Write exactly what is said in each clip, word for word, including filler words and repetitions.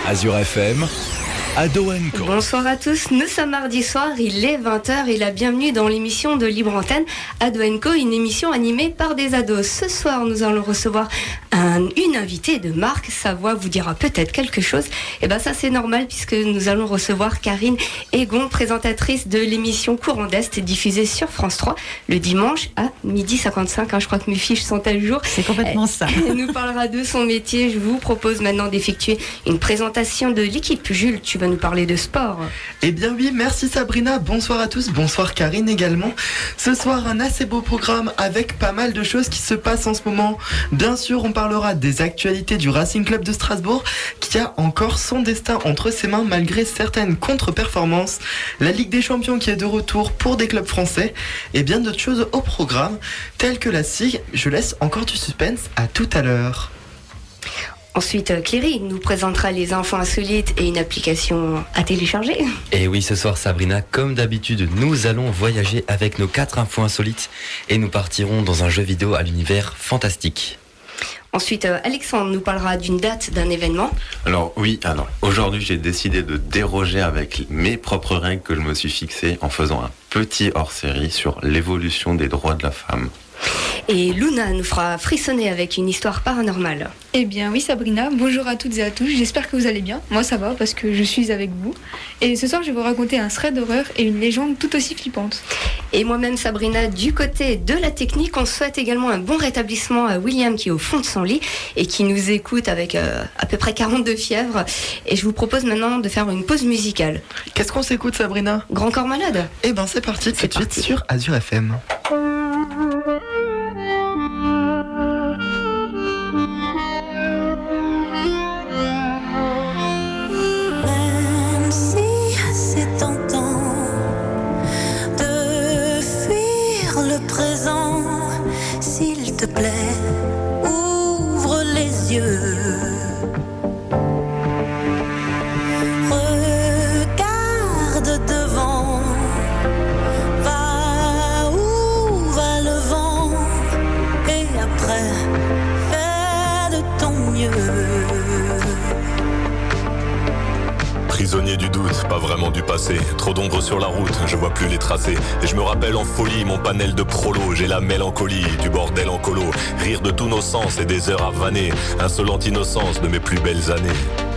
Azure F M, Ado and Co. Bonsoir à tous, nous sommes mardi soir, il est vingt heures et la bienvenue dans l'émission de Libre Antenne Ado and Co, une émission animée par des ados. Ce soir, nous allons recevoir un, une invitée de marque, sa voix vous dira peut-être quelque chose. Et bien ça c'est normal puisque nous allons recevoir Karine Egon, présentatrice de l'émission Courant d'Est, diffusée sur France trois le dimanche à midi cinquante-cinq. Hein, je crois que mes fiches sont à jour. C'est complètement ça. Elle nous parlera de son métier. Je vous propose maintenant d'effectuer une présentation de l'équipe. Jules, tu vas nous parler de sport. Eh bien oui, merci Sabrina, bonsoir à tous, bonsoir Karine également. Ce soir, un assez beau programme avec pas mal de choses qui se passent en ce moment. Bien sûr, on parlera des actualités du Racing Club de Strasbourg qui a encore son destin entre ses mains malgré certaines contre-performances. La Ligue des Champions qui est de retour pour des clubs français et bien d'autres choses au programme, telles que la S I G. Je laisse encore du suspense, à tout à l'heure. Ensuite, Cléry nous présentera les infos insolites et une application à télécharger. Et oui, ce soir, Sabrina, comme d'habitude, nous allons voyager avec nos quatre infos insolites et nous partirons dans un jeu vidéo à l'univers fantastique. Ensuite, Alexandre nous parlera d'une date, d'un événement. Alors oui, alors aujourd'hui j'ai décidé de déroger avec mes propres règles que je me suis fixées en faisant un petit hors-série sur l'évolution des droits de la femme. Et Luna nous fera frissonner avec une histoire paranormale. Eh bien oui Sabrina, bonjour à toutes et à tous, j'espère que vous allez bien. Moi ça va parce que je suis avec vous. Et ce soir je vais vous raconter un thread d'horreur et une légende tout aussi flippante. Et moi-même Sabrina, du côté de la technique, on souhaite également un bon rétablissement à William qui est au fond de son lit et qui nous écoute avec euh, à peu près quarante-deux fièvres. Et je vous propose maintenant de faire une pause musicale. Qu'est-ce qu'on s'écoute Sabrina ? Grand Corps Malade. Eh ben c'est parti, C'est tout de parti. suite sur Azure F M. S'il te plaît, ouvre les yeux. Regarde devant, va où va le vent, et après, fais de ton mieux. Prisonnier du doute, pas vraiment du passé. Trop d'ombre sur la route, je vois plus les tracés. Et je me rappelle en folie mon panel de prolo. J'ai la mélancolie du bordel en colo. Rire de tous nos sens et des heures à vanner. Insolente innocence de mes plus belles années.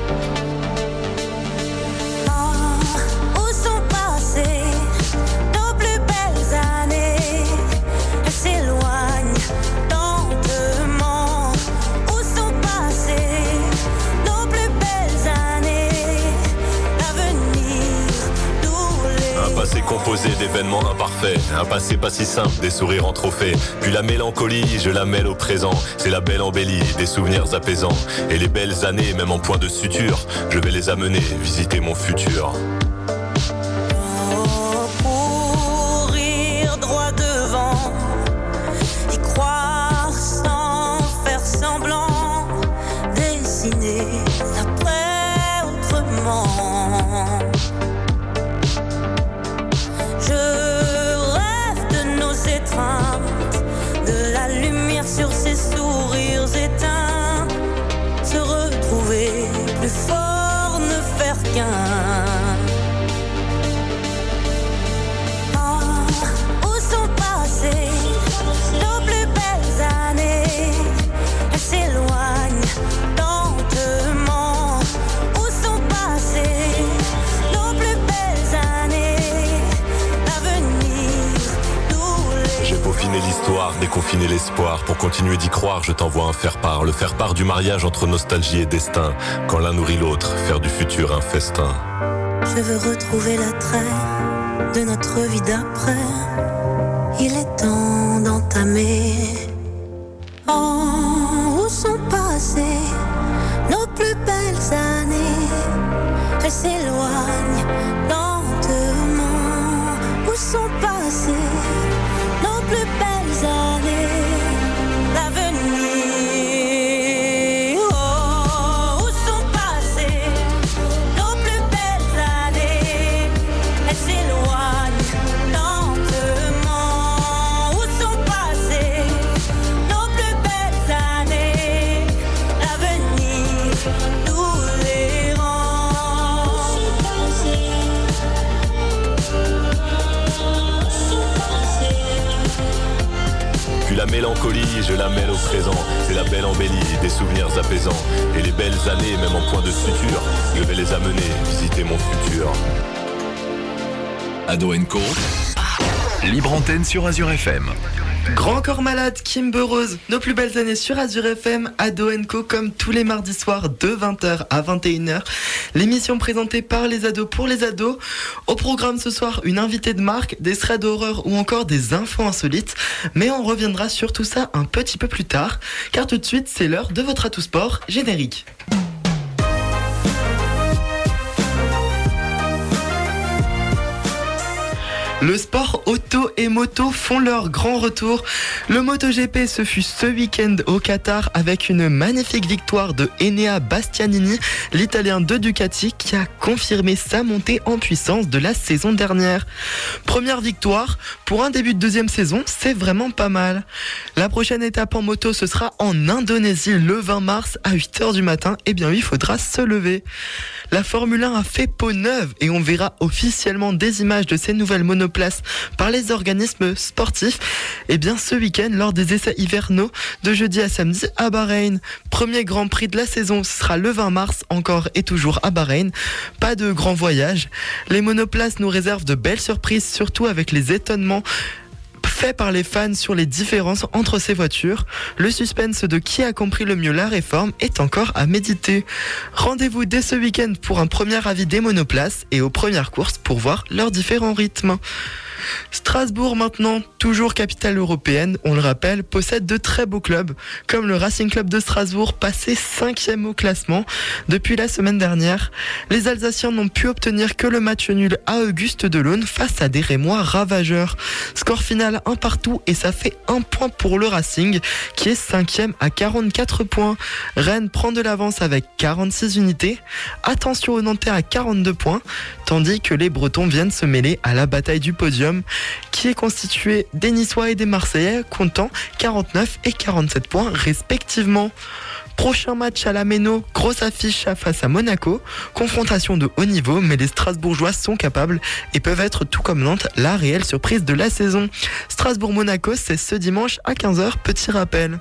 Composé d'événements imparfaits, un passé pas si simple, des sourires en trophée. Puis la mélancolie, je la mêle au présent. C'est la belle embellie, des souvenirs apaisants. Et les belles années, même en point de suture, je vais les amener visiter mon futur. Oh, courir droit devant, y croire sans faire semblant, dessiner l'après autrement. De la lumière sur ses sourires éteints, se retrouver plus fort, ne faire qu'un. Oh, où sont passées nos plus belles années? Elles s'éloignent lentement. Où sont passées nos plus belles années? J'ai peaufiné l'histoire, déconfiné l'espoir. Pour continuer d'y croire, je t'envoie un faire-part. Le faire-part du mariage entre nostalgie et destin. Quand l'un nourrit l'autre, faire du futur un festin. Je veux retrouver l'attrait de notre vie d'après. Il est temps d'entamer. Oh, où sont passées nos plus belles années? Elles s'éloignent lentement. Où sont passées nos plus belles années, l'avenir? Oh, où sont passées nos plus belles années? Elles s'éloignent lentement. Où sont passées nos plus belles années? L'avenir nous les rend. mélancolie, je la mêle au présent. C'est la belle embellie, des souvenirs apaisants. Et les belles années, même en point de suture, je vais les amener visiter mon futur. Ado and Co, libre antenne sur Azure F M. Grand Corps Malade, Kimber Rose, nos plus belles années sur Azure F M, Ado and Co, comme tous les mardis soirs de vingt heures à vingt et une heures. L'émission présentée par les ados pour les ados. Au programme ce soir, une invitée de marque, des threads d'horreur ou encore des infos insolites. Mais on reviendra sur tout ça un petit peu plus tard, car tout de suite, c'est l'heure de votre Atout Sport générique. Le sport auto et moto font leur grand retour. Le MotoGP, ce fut ce week-end au Qatar avec une magnifique victoire de Enea Bastianini, l'Italien de Ducati, qui a confirmé sa montée en puissance de la saison dernière. Première victoire, pour un début de deuxième saison, c'est vraiment pas mal. La prochaine étape en moto, ce sera en Indonésie le vingt mars à huit heures du matin. Eh bien oui, il faudra se lever. La Formule un a fait peau neuve et on verra officiellement des images de ces nouvelles monoplaces par les organismes sportifs. Et bien ce week-end, lors des essais hivernaux de jeudi à samedi à Bahreïn. Premier Grand Prix de la saison, ce sera le vingt mars, encore et toujours à Bahreïn. Pas de grand voyage. Les monoplaces nous réservent de belles surprises, surtout avec les étonnements fait par les fans sur les différences entre ces voitures. Le suspense de qui a compris le mieux la réforme est encore à méditer. Rendez-vous dès ce week-end pour un premier avis des monoplaces et aux premières courses pour voir leurs différents rythmes. Strasbourg maintenant, toujours capitale européenne, on le rappelle, possède de très beaux clubs, comme le Racing Club de Strasbourg, passé cinquième au classement depuis la semaine dernière. Les Alsaciens n'ont pu obtenir que le match nul à Auguste Delaune face à des Rémois ravageurs. Score final un partout et ça fait un point pour le Racing, qui est cinquième à quarante-quatre points. Rennes prend de l'avance avec quarante-six unités. Attention aux Nantais à quarante-deux points, tandis que les Bretons viennent se mêler à la bataille du podium, qui est constitué des Niçois et des Marseillais, comptant quarante-neuf et quarante-sept points respectivement. Prochain match à la Méno, grosse affiche face à Monaco, confrontation de haut niveau, mais les Strasbourgeois sont capables et peuvent être, tout comme Nantes, la réelle surprise de la saison. Strasbourg-Monaco, c'est ce dimanche à quinze heures, petit rappel.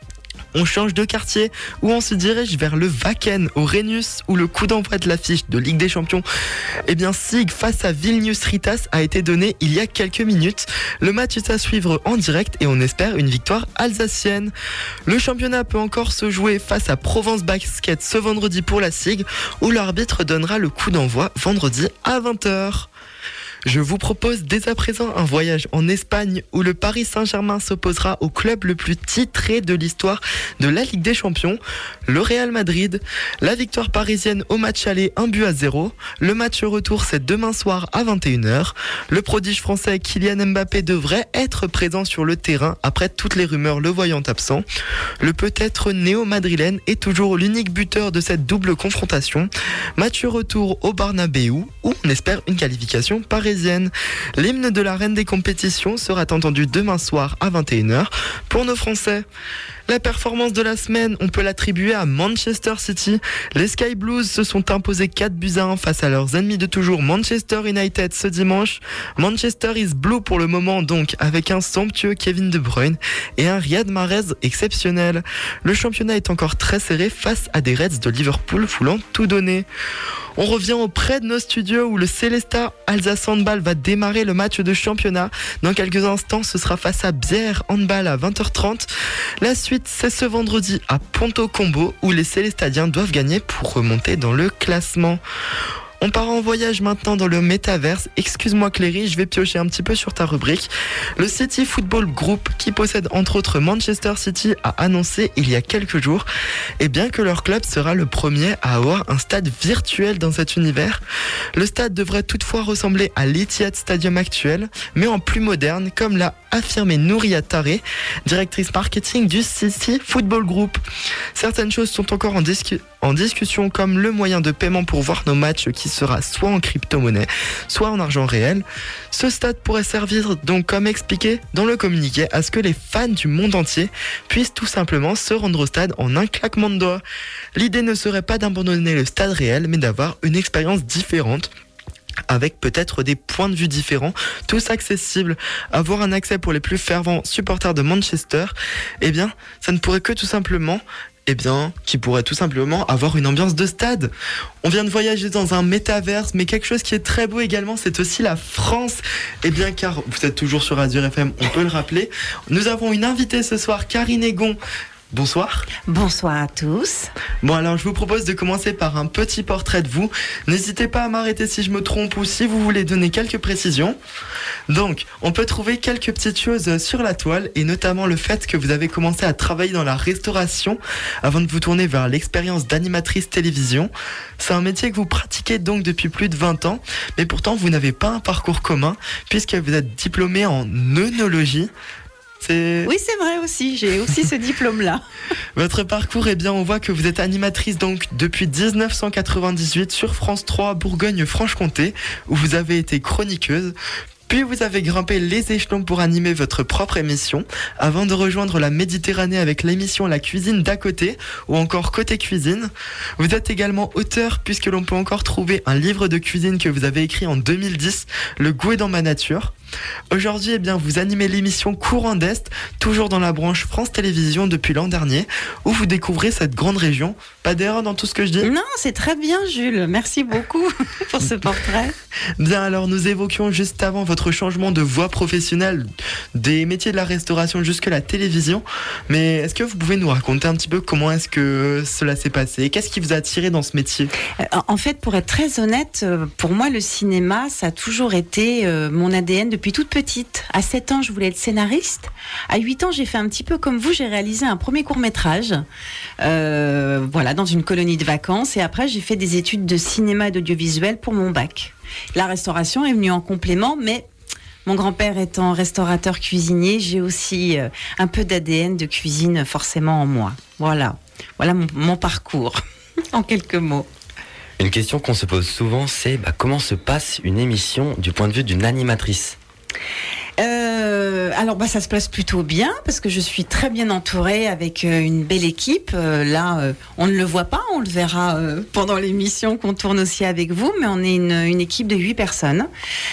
On change de quartier où on se dirige vers le Wacken au Rhenus où le coup d'envoi de l'affiche de Ligue des Champions, eh bien Sig face à Vilnius Ritas a été donné il y a quelques minutes. Le match est à suivre en direct et on espère une victoire alsacienne. Le championnat peut encore se jouer face à Provence Basket ce vendredi pour la Sig où l'arbitre donnera le coup d'envoi vendredi à vingt heures. Je vous propose dès à présent un voyage en Espagne où le Paris Saint-Germain s'opposera au club le plus titré de l'histoire de la Ligue des Champions, le Real Madrid. La victoire parisienne au match aller un but à zéro. Le match retour c'est demain soir à vingt et une heures. Le prodige français Kylian Mbappé devrait être présent sur le terrain après toutes les rumeurs le voyant absent. Le peut-être néo-madrilène est toujours l'unique buteur de cette double confrontation. Match retour au Bernabéu où on espère une qualification parisienne. L'hymne de la reine des compétitions sera entendu demain soir à vingt et une heures pour nos Français. La performance de la semaine, on peut l'attribuer à Manchester City. Les Sky Blues se sont imposés quatre buts à un face à leurs ennemis de toujours Manchester United ce dimanche. Manchester is blue pour le moment donc, avec un somptueux Kevin De Bruyne et un Riyad Mahrez exceptionnel. Le championnat est encore très serré face à des Reds de Liverpool voulant tout donner. On revient auprès de nos studios où le Célestat Alsace Handball va démarrer le match de championnat. Dans quelques instants, ce sera face à Bière Handball à vingt heures trente. La suite, c'est ce vendredi à Ponto Combo où les Célestadiens doivent gagner pour remonter dans le classement. On part en voyage maintenant dans le métaverse. Excuse-moi Cléry, je vais piocher un petit peu sur ta rubrique. Le City Football Group, qui possède entre autres Manchester City, a annoncé il y a quelques jours et bien que leur club sera le premier à avoir un stade virtuel dans cet univers. Le stade devrait toutefois ressembler à l'Etihad Stadium actuel, mais en plus moderne, comme l'a affirmé Nouria Taré, directrice marketing du City Football Group. Certaines choses sont encore en, discu- en discussion, comme le moyen de paiement pour voir nos matchs qui sera soit en crypto-monnaie, soit en argent réel. Ce stade pourrait servir donc, comme expliqué dans le communiqué, à ce que les fans du monde entier puissent tout simplement se rendre au stade en un claquement de doigts. L'idée ne serait pas d'abandonner le stade réel, mais d'avoir une expérience différente avec peut-être des points de vue différents, tous accessibles. Avoir un accès pour les plus fervents supporters de Manchester, eh bien, ça ne pourrait que tout simplement... Eh bien, qui pourrait tout simplement avoir une ambiance de stade. On vient de voyager dans un métaverse, mais quelque chose qui est très beau également, c'est aussi la France. Eh bien, car vous êtes toujours sur Azure F M, on peut le rappeler. Nous avons une invitée ce soir, Karine Egon. Bonsoir. Bonsoir à tous. Bon, alors je vous propose de commencer par un petit portrait de vous. N'hésitez pas à m'arrêter si je me trompe ou si vous voulez donner quelques précisions. Donc, on peut trouver quelques petites choses sur la toile et notamment le fait que vous avez commencé à travailler dans la restauration avant de vous tourner vers l'expérience d'animatrice télévision. C'est un métier que vous pratiquez donc depuis plus de vingt ans, mais pourtant vous n'avez pas un parcours commun puisque vous êtes diplômé en œnologie. C'est... Oui, c'est vrai aussi, j'ai aussi ce diplôme-là. Votre parcours, eh bien, on voit que vous êtes animatrice donc depuis dix-neuf cent quatre-vingt-dix-huit sur France trois Bourgogne-Franche-Comté, où vous avez été chroniqueuse. Puis vous avez grimpé les échelons pour animer votre propre émission, avant de rejoindre la Méditerranée avec l'émission La Cuisine d'à côté, ou encore Côté Cuisine. Vous êtes également auteur, puisque l'on peut encore trouver un livre de cuisine que vous avez écrit en deux mille dix, Le goût est dans ma nature. Aujourd'hui, eh bien, vous animez l'émission Courant d'Est, toujours dans la branche France Télévisions depuis l'an dernier, où vous découvrez cette grande région. Pas d'erreur dans tout ce que je dis ? Non, c'est très bien, Jules. Merci beaucoup pour ce portrait. Bien, alors nous évoquions juste avant votre changement de voie professionnelle des métiers de la restauration jusque la télévision. Mais est-ce que vous pouvez nous raconter un petit peu comment est-ce que cela s'est passé ? Qu'est-ce qui vous a attiré dans ce métier ? En fait, pour être très honnête, pour moi, le cinéma, ça a toujours été mon A D N depuis Depuis toute petite. À sept ans, je voulais être scénariste. À huit ans, j'ai fait un petit peu comme vous. J'ai réalisé un premier court-métrage, euh, voilà, dans une colonie de vacances. Et après, j'ai fait des études de cinéma et d'audiovisuel pour mon bac. La restauration est venue en complément, mais mon grand-père étant restaurateur cuisinier, j'ai aussi euh, un peu d'A D N de cuisine forcément en moi. Voilà, voilà mon, mon parcours, en quelques mots. Une question qu'on se pose souvent, c'est bah, comment se passe une émission du point de vue d'une animatrice ? Euh, alors bah ça se passe plutôt bien parce que je suis très bien entourée avec euh, une belle équipe. Euh, là, euh, on ne le voit pas, on le verra euh, pendant l'émission qu'on tourne aussi avec vous, mais on est une, une équipe de huit personnes.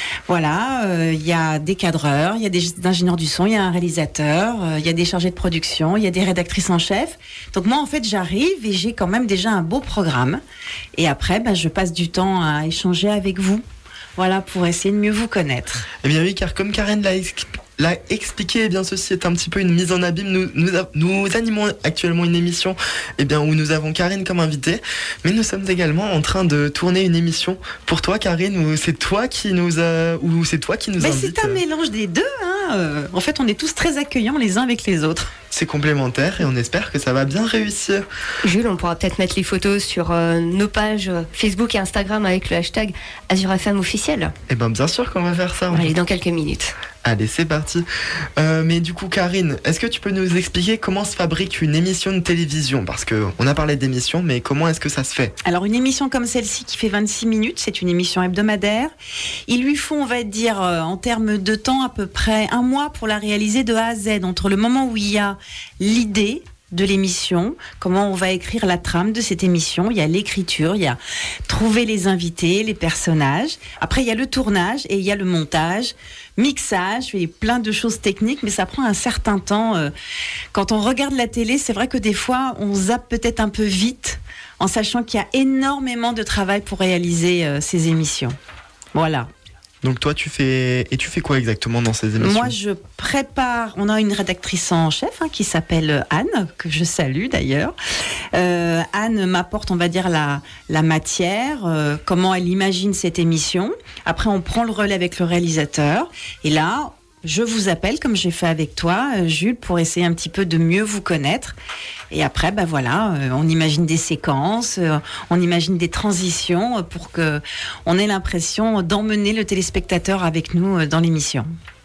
Voilà, il euh, y a des cadreurs, il y a des ingénieurs du son, il y a un réalisateur, il euh, y a des chargés de production, il y a des rédactrices en chef. Donc moi en fait j'arrive et j'ai quand même déjà un beau programme. Et après, bah, je passe du temps à échanger avec vous. Voilà, pour essayer de mieux vous connaître. Eh bien oui, car comme Karen l'a, ex- l'a expliqué, eh bien ceci est un petit peu une mise en abîme. Nous, nous, nous animons actuellement une émission eh bien, où nous avons Karine comme invitée, mais nous sommes également en train de tourner une émission pour toi, Karine, où c'est toi qui nous, a, où c'est toi qui nous mais invite. C'est un mélange des deux. Hein. Euh, en fait, on est tous très accueillants les uns avec les autres. C'est complémentaire et on espère que ça va bien réussir. Jules, on pourra peut-être mettre les photos sur euh, nos pages Facebook et Instagram avec le hashtag Azure F M officiel. Eh bien, bien sûr qu'on va faire ça. Allez, dans quelques minutes. Allez, c'est parti. Euh, mais du coup, Karine, est-ce que tu peux nous expliquer comment se fabrique une émission de télévision ? Parce qu'on a parlé d'émission, mais comment est-ce que ça se fait ? Alors, une émission comme celle-ci qui fait vingt-six minutes, c'est une émission hebdomadaire. Il lui faut, on va dire, euh, en termes de temps, à peu près un mois pour la réaliser de A à Z. Entre le moment où il y a l'idée de l'émission, comment on va écrire la trame de cette émission, il y a l'écriture, il y a trouver les invités, les personnages, après il y a le tournage et il y a le montage, mixage, il y a plein de choses techniques, mais ça prend un certain temps. Quand on regarde la télé, c'est vrai que des fois on zappe peut-être un peu vite en sachant qu'il y a énormément de travail pour réaliser euh, ces émissions. Voilà. Donc toi, tu fais et tu fais quoi exactement dans ces émissions ? Moi, je prépare. On a une rédactrice en chef hein, qui s'appelle Anne, que je salue d'ailleurs. Euh, Anne m'apporte, on va dire, la la matière, euh, comment elle imagine cette émission. Après, on prend le relais avec le réalisateur. Et là, je vous appelle, comme j'ai fait avec toi, euh, Jules, pour essayer un petit peu de mieux vous connaître. Et après, ben voilà, euh, on imagine des séquences, euh, on imagine des transitions euh, pour que on ait l'impression d'emmener le téléspectateur avec nous euh, dans l'émission.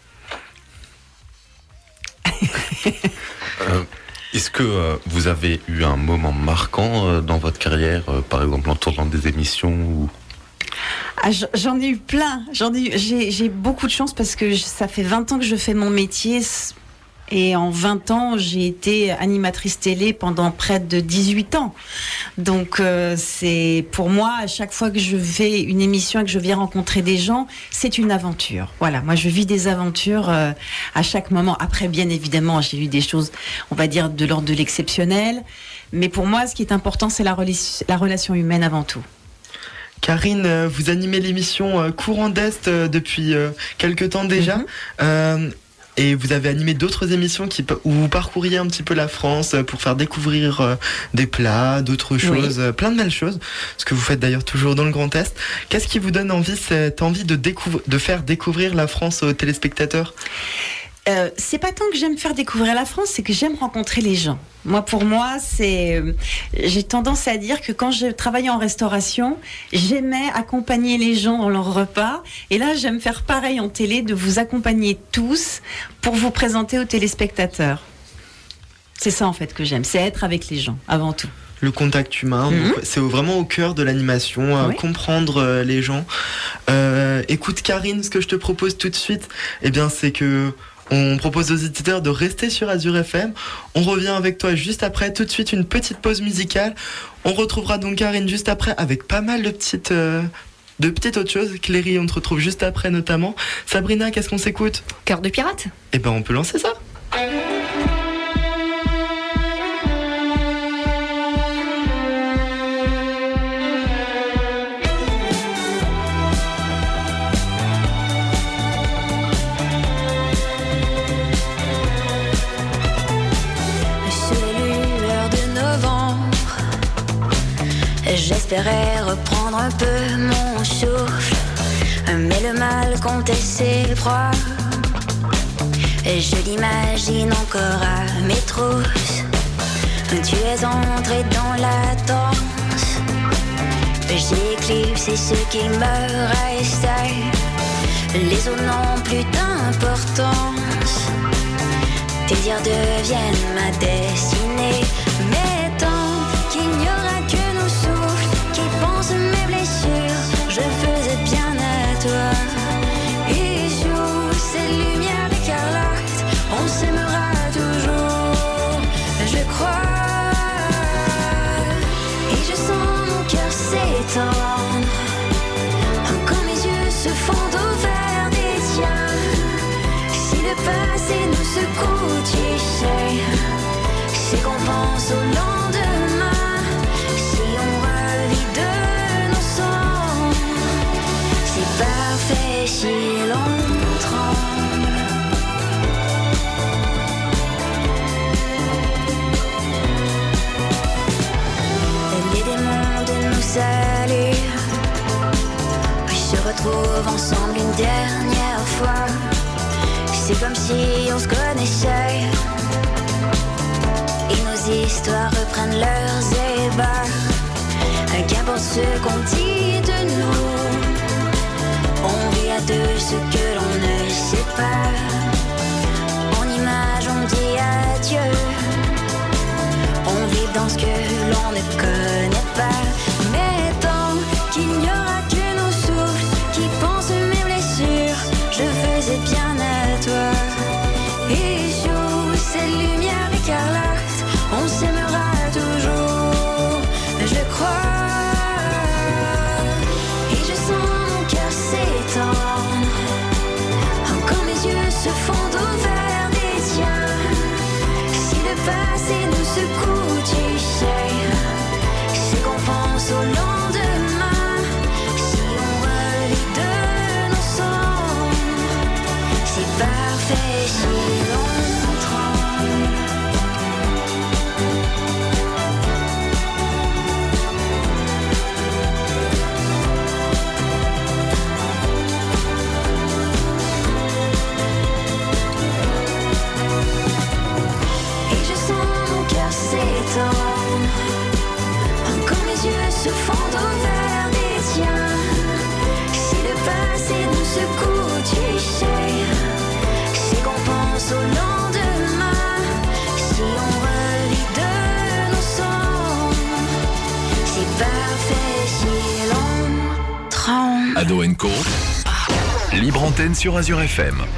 euh, est-ce que euh, vous avez eu un moment marquant euh, dans votre carrière, euh, par exemple en tournant des émissions ou... Ah, j'en ai eu plein. J'en ai eu, j'ai, j'ai beaucoup de chance parce que ça fait vingt ans que je fais mon métier. Et en vingt ans, j'ai été animatrice télé pendant près de dix-huit ans. Donc, euh, c'est pour moi, à chaque fois que je fais une émission et que je viens rencontrer des gens, c'est une aventure. Voilà, moi, je vis des aventures euh, à chaque moment. Après, bien évidemment, j'ai eu des choses, on va dire, de l'ordre de l'exceptionnel. Mais pour moi, ce qui est important, c'est la, rela- la relation humaine avant tout. Karine, vous animez l'émission Courant d'Est depuis quelques temps déjà. Mm-hmm. Euh, Et vous avez animé d'autres émissions qui, où vous parcouriez un petit peu la France pour faire découvrir euh, des plats, d'autres choses, oui. euh, plein de belles choses. Ce que vous faites d'ailleurs toujours dans le Grand Est. Qu'est-ce qui vous donne envie, cette envie de, découvre, de faire découvrir la France aux téléspectateurs ? Euh, c'est pas tant que j'aime faire découvrir la France, c'est que j'aime rencontrer les gens. Moi, pour moi, c'est, j'ai tendance à dire que quand je travaillais en restauration, j'aimais accompagner les gens dans leur repas. Et là, j'aime faire pareil en télé, de vous accompagner tous pour vous présenter aux téléspectateurs. C'est ça, en fait, que j'aime. C'est être avec les gens, avant tout. Le contact humain, mmh. donc, c'est vraiment au cœur de l'animation, euh, oui. comprendre euh, les gens. Euh, écoute, Karine, ce que je te propose tout de suite, eh bien, c'est que on propose aux auditeurs de rester sur Azure F M. On revient avec toi juste après, tout de suite une petite pause musicale. On retrouvera donc Karine juste après avec pas mal de petites, euh, de petites autres choses. Cléry, on te retrouve juste après notamment. Sabrina, qu'est-ce qu'on s'écoute ? Cœur de pirate. Eh ben on peut lancer ça. J'espérais reprendre un peu mon souffle, mais le mal comptait ses proies. Je l'imagine encore à mes trousses. Tu es entré dans la danse. J'éclipse ce qu'il me restait. Les autres n'ont plus d'importance. Tes dires deviennent ma destinée. Mais tant qu'il n'y aura que nos souffles qui pensent mes blessures, je faisais bien à toi. Et sous ces lumières écarlates, on s'aimera toujours, je crois. Et je sens mon cœur s'étendre quand mes yeux se font au vert des tiens. Si le passé nous secoue, tu sais, c'est qu'on pense au lendemain. Si on revit de nos sangs, c'est parfait si l'on tremble. Les démons de nous saluent, puis se retrouvent ensemble une dernière fois. C'est comme si on se connaissait et nos histoires reprennent leurs ébats. Qu'importe ce qu'on dit de nous, on vit à deux ce que l'on ne sait pas. En image on dit adieu, on vit dans ce que l'on ne connaît pas. Mais tant qu'il n'y aura que nos souffles qui pensent mes blessures, je faisais bien à toi. Et sous ces lumières écarlates, on s'aimera toujours, je crois. Et je sens mon cœur s'étendre quand mes yeux se font au vert des tiens. Si le passé nous secoue, tu sais, c'est qu'on pense au lendemain. Si on revit de nos sangs, c'est parfait si l'on tremble. Et je sens mon cœur s'étendre quand mes yeux se font au vert des tiens. Si le passé nous secoue, tu sais, c'est qu'on pense au lendemain. Si on revit de nos sangs, c'est parfait si l'on tremble. Ado and Co. Libre antenne sur Azure F M.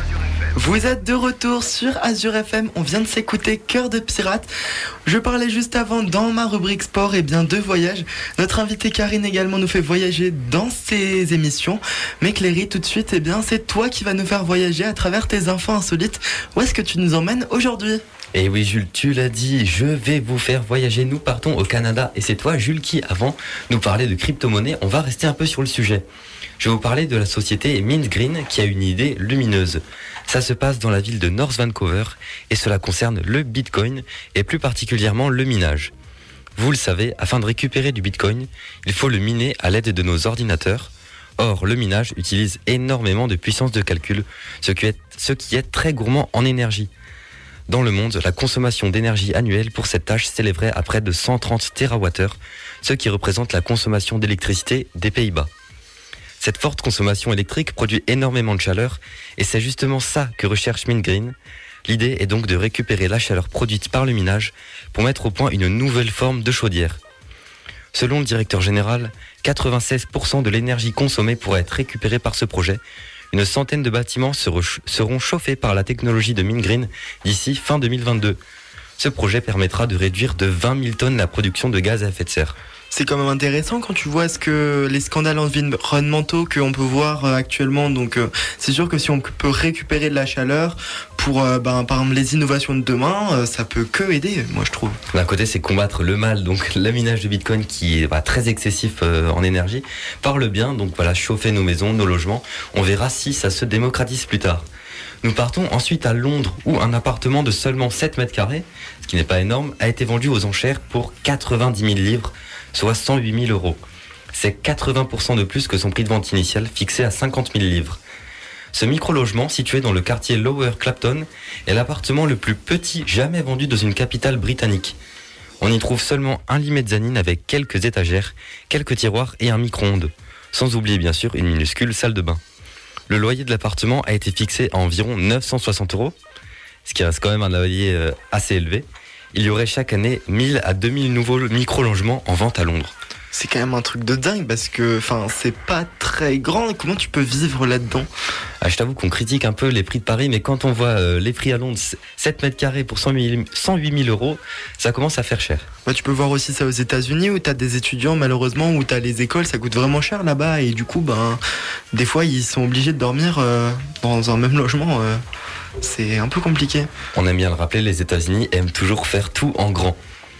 Vous êtes de retour sur Azure F M, on vient de s'écouter Cœur de pirate. Je parlais juste avant dans ma rubrique sport et bien de voyage. Notre invitée Karine également nous fait voyager dans ses émissions. Mais Cléry, tout de suite, eh bien, c'est toi qui vas nous faire voyager à travers tes infos insolites. Où est-ce que tu nous emmènes aujourd'hui ? Et oui Jules, tu l'as dit, je vais vous faire voyager. Nous partons au Canada et c'est toi Jules qui, avant nous parlait de crypto-monnaie, on va rester un peu sur le sujet. Je vais vous parler de la société Mint Green qui a une idée lumineuse. Ça se passe dans la ville de North Vancouver et cela concerne le Bitcoin et plus particulièrement le minage. Vous le savez, afin de récupérer du Bitcoin, il faut le miner à l'aide de nos ordinateurs. Or, le minage utilise énormément de puissance de calcul, ce qui est, ce qui est très gourmand en énergie. Dans le monde, la consommation d'énergie annuelle pour cette tâche s'élèverait à près de cent trente térawattheures, ce qui représente la consommation d'électricité des Pays-Bas. Cette forte consommation électrique produit énormément de chaleur et c'est justement ça que recherche Mint Green. L'idée est donc de récupérer la chaleur produite par le minage pour mettre au point une nouvelle forme de chaudière. Selon le directeur général, quatre-vingt-seize pour cent de l'énergie consommée pourrait être récupérée par ce projet. Une centaine de bâtiments seront chauffés par la technologie de Mint Green d'ici fin deux mille vingt-deux. Ce projet permettra de réduire de vingt mille tonnes la production de gaz à effet de serre. C'est quand même intéressant quand tu vois ce que les scandales environnementaux qu'on peut voir actuellement. Donc euh, c'est sûr que si on peut récupérer de la chaleur pour euh, ben, par exemple les innovations de demain, euh, ça peut que aider, moi je trouve. D'un côté c'est combattre le mal, donc le minage de Bitcoin qui est bah, très excessif euh, en énergie, par le bien, donc voilà, chauffer nos maisons, nos logements. On verra si ça se démocratise plus tard. Nous partons ensuite à Londres où un appartement de seulement sept mètres carrés, ce qui n'est pas énorme, a été vendu aux enchères pour quatre-vingt-dix mille livres, soit cent huit mille euros. C'est quatre-vingts pour cent de plus que son prix de vente initial fixé à cinquante mille livres. Ce micro-logement, situé dans le quartier Lower Clapton, est l'appartement le plus petit jamais vendu dans une capitale britannique. On y trouve seulement un lit mezzanine avec quelques étagères, quelques tiroirs et un micro-ondes. Sans oublier bien sûr une minuscule salle de bain. Le loyer de l'appartement a été fixé à environ neuf cent soixante euros, ce qui reste quand même un loyer assez élevé. Il y aurait chaque année mille à deux mille nouveaux micro-logements en vente à Londres. C'est quand même un truc de dingue parce que enfin, c'est pas très grand. Comment tu peux vivre là-dedans ? Ah, je t'avoue qu'on critique un peu les prix de Paris, mais quand on voit euh, les prix à Londres, sept mètres carrés pour cent huit mille euros, ça commence à faire cher. Bah, tu peux voir aussi ça aux États-Unis où tu as des étudiants, malheureusement, où tu as les écoles, ça coûte vraiment cher là-bas. Et du coup, ben, des fois, ils sont obligés de dormir euh, dans un même logement. Euh, c'est un peu compliqué. On aime bien le rappeler, les États-Unis aiment toujours faire tout en grand.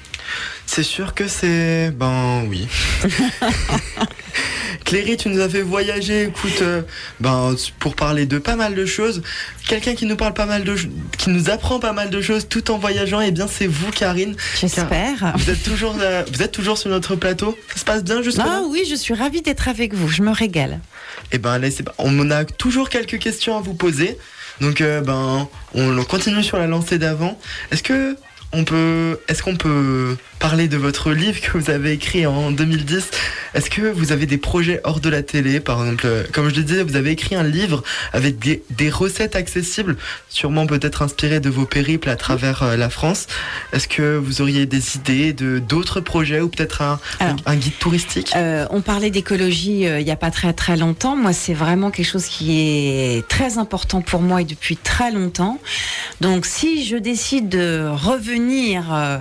C'est sûr que c'est... Ben oui. Cléry, tu nous as fait voyager, écoute, euh, ben, pour parler de pas mal de choses. Quelqu'un qui nous parle pas mal de qui nous apprend pas mal de choses tout en voyageant, et eh bien c'est vous, Karine. J'espère. Vous êtes toujours, euh, vous êtes toujours sur notre plateau. Ça se passe bien jusqu'à là ? Ah oui, je suis ravie d'être avec vous. Je me régale. Eh ben, allez, c'est... on a toujours quelques questions à vous poser. Donc, euh, ben, on continue sur la lancée d'avant. Est-ce que On peut, est-ce qu'on peut parler de votre livre que vous avez écrit en deux mille dix ? Est-ce que vous avez des projets hors de la télé ? Par exemple, comme je le disais, vous avez écrit un livre avec des, des recettes accessibles, sûrement peut-être inspirées de vos périples à travers euh, la France. Est-ce que vous auriez des idées de d'autres projets ou peut-être un, Alors, un, un guide touristique ? euh, On parlait d'écologie euh, il n'y a pas très très longtemps. Moi, c'est vraiment quelque chose qui est très important pour moi et depuis très longtemps. Donc, si je décide de revenir Euh,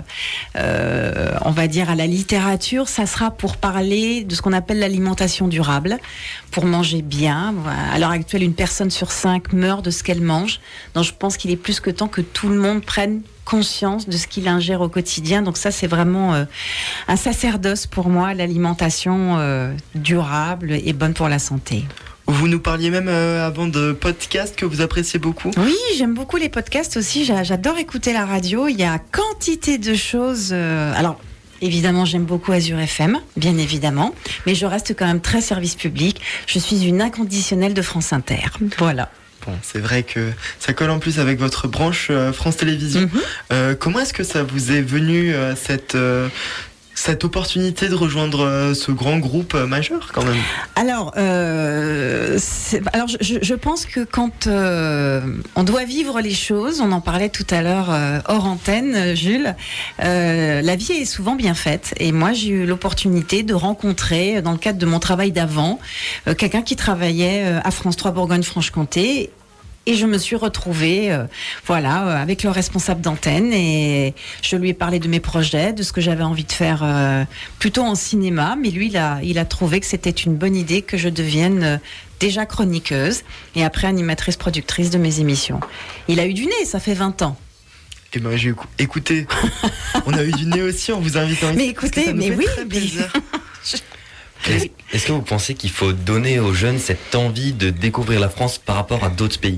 euh, on va dire à la littérature, ça sera pour parler de ce qu'on appelle l'alimentation durable, pour manger bien. À l'heure actuelle, une personne sur cinq meurt de ce qu'elle mange. Donc je pense qu'il est plus que temps que tout le monde prenne conscience de ce qu'il ingère au quotidien. Donc ça, c'est vraiment euh, un sacerdoce pour moi, l'alimentation euh, durable et bonne pour la santé. Vous nous parliez même euh, avant de podcasts que vous appréciez beaucoup. Oui, j'aime beaucoup les podcasts aussi. J'adore écouter la radio. Il y a quantité de choses. Euh, alors, évidemment, j'aime beaucoup Azure F M, bien évidemment. Mais je reste quand même très service public. Je suis une inconditionnelle de France Inter. Voilà. Bon, c'est vrai que ça colle en plus avec votre branche euh, France Télévisions. Mm-hmm. Euh, comment est-ce que ça vous est venu, euh, cette... Euh, cette opportunité de rejoindre euh, ce grand groupe euh, majeur quand même ? Alors, euh, alors je, je pense que quand euh, on doit vivre les choses, on en parlait tout à l'heure euh, hors antenne, Jules, euh, la vie est souvent bien faite. Et moi, j'ai eu l'opportunité de rencontrer, dans le cadre de mon travail d'avant, euh, quelqu'un qui travaillait euh, à France trois Bourgogne-Franche-Comté. Et je me suis retrouvée, euh, voilà, euh, avec le responsable d'antenne et je lui ai parlé de mes projets, de ce que j'avais envie de faire euh, plutôt en cinéma. Mais lui, il a, il a trouvé que c'était une bonne idée que je devienne euh, déjà chroniqueuse et après animatrice productrice de mes émissions. Il a eu du nez, ça fait vingt ans. Eh ben, j'ai écou- écoutez, on a eu du nez aussi en vous invitant ici. Mais écoutez, mais oui, mais... Est-ce, est-ce que vous pensez qu'il faut donner aux jeunes cette envie de découvrir la France par rapport à d'autres pays ?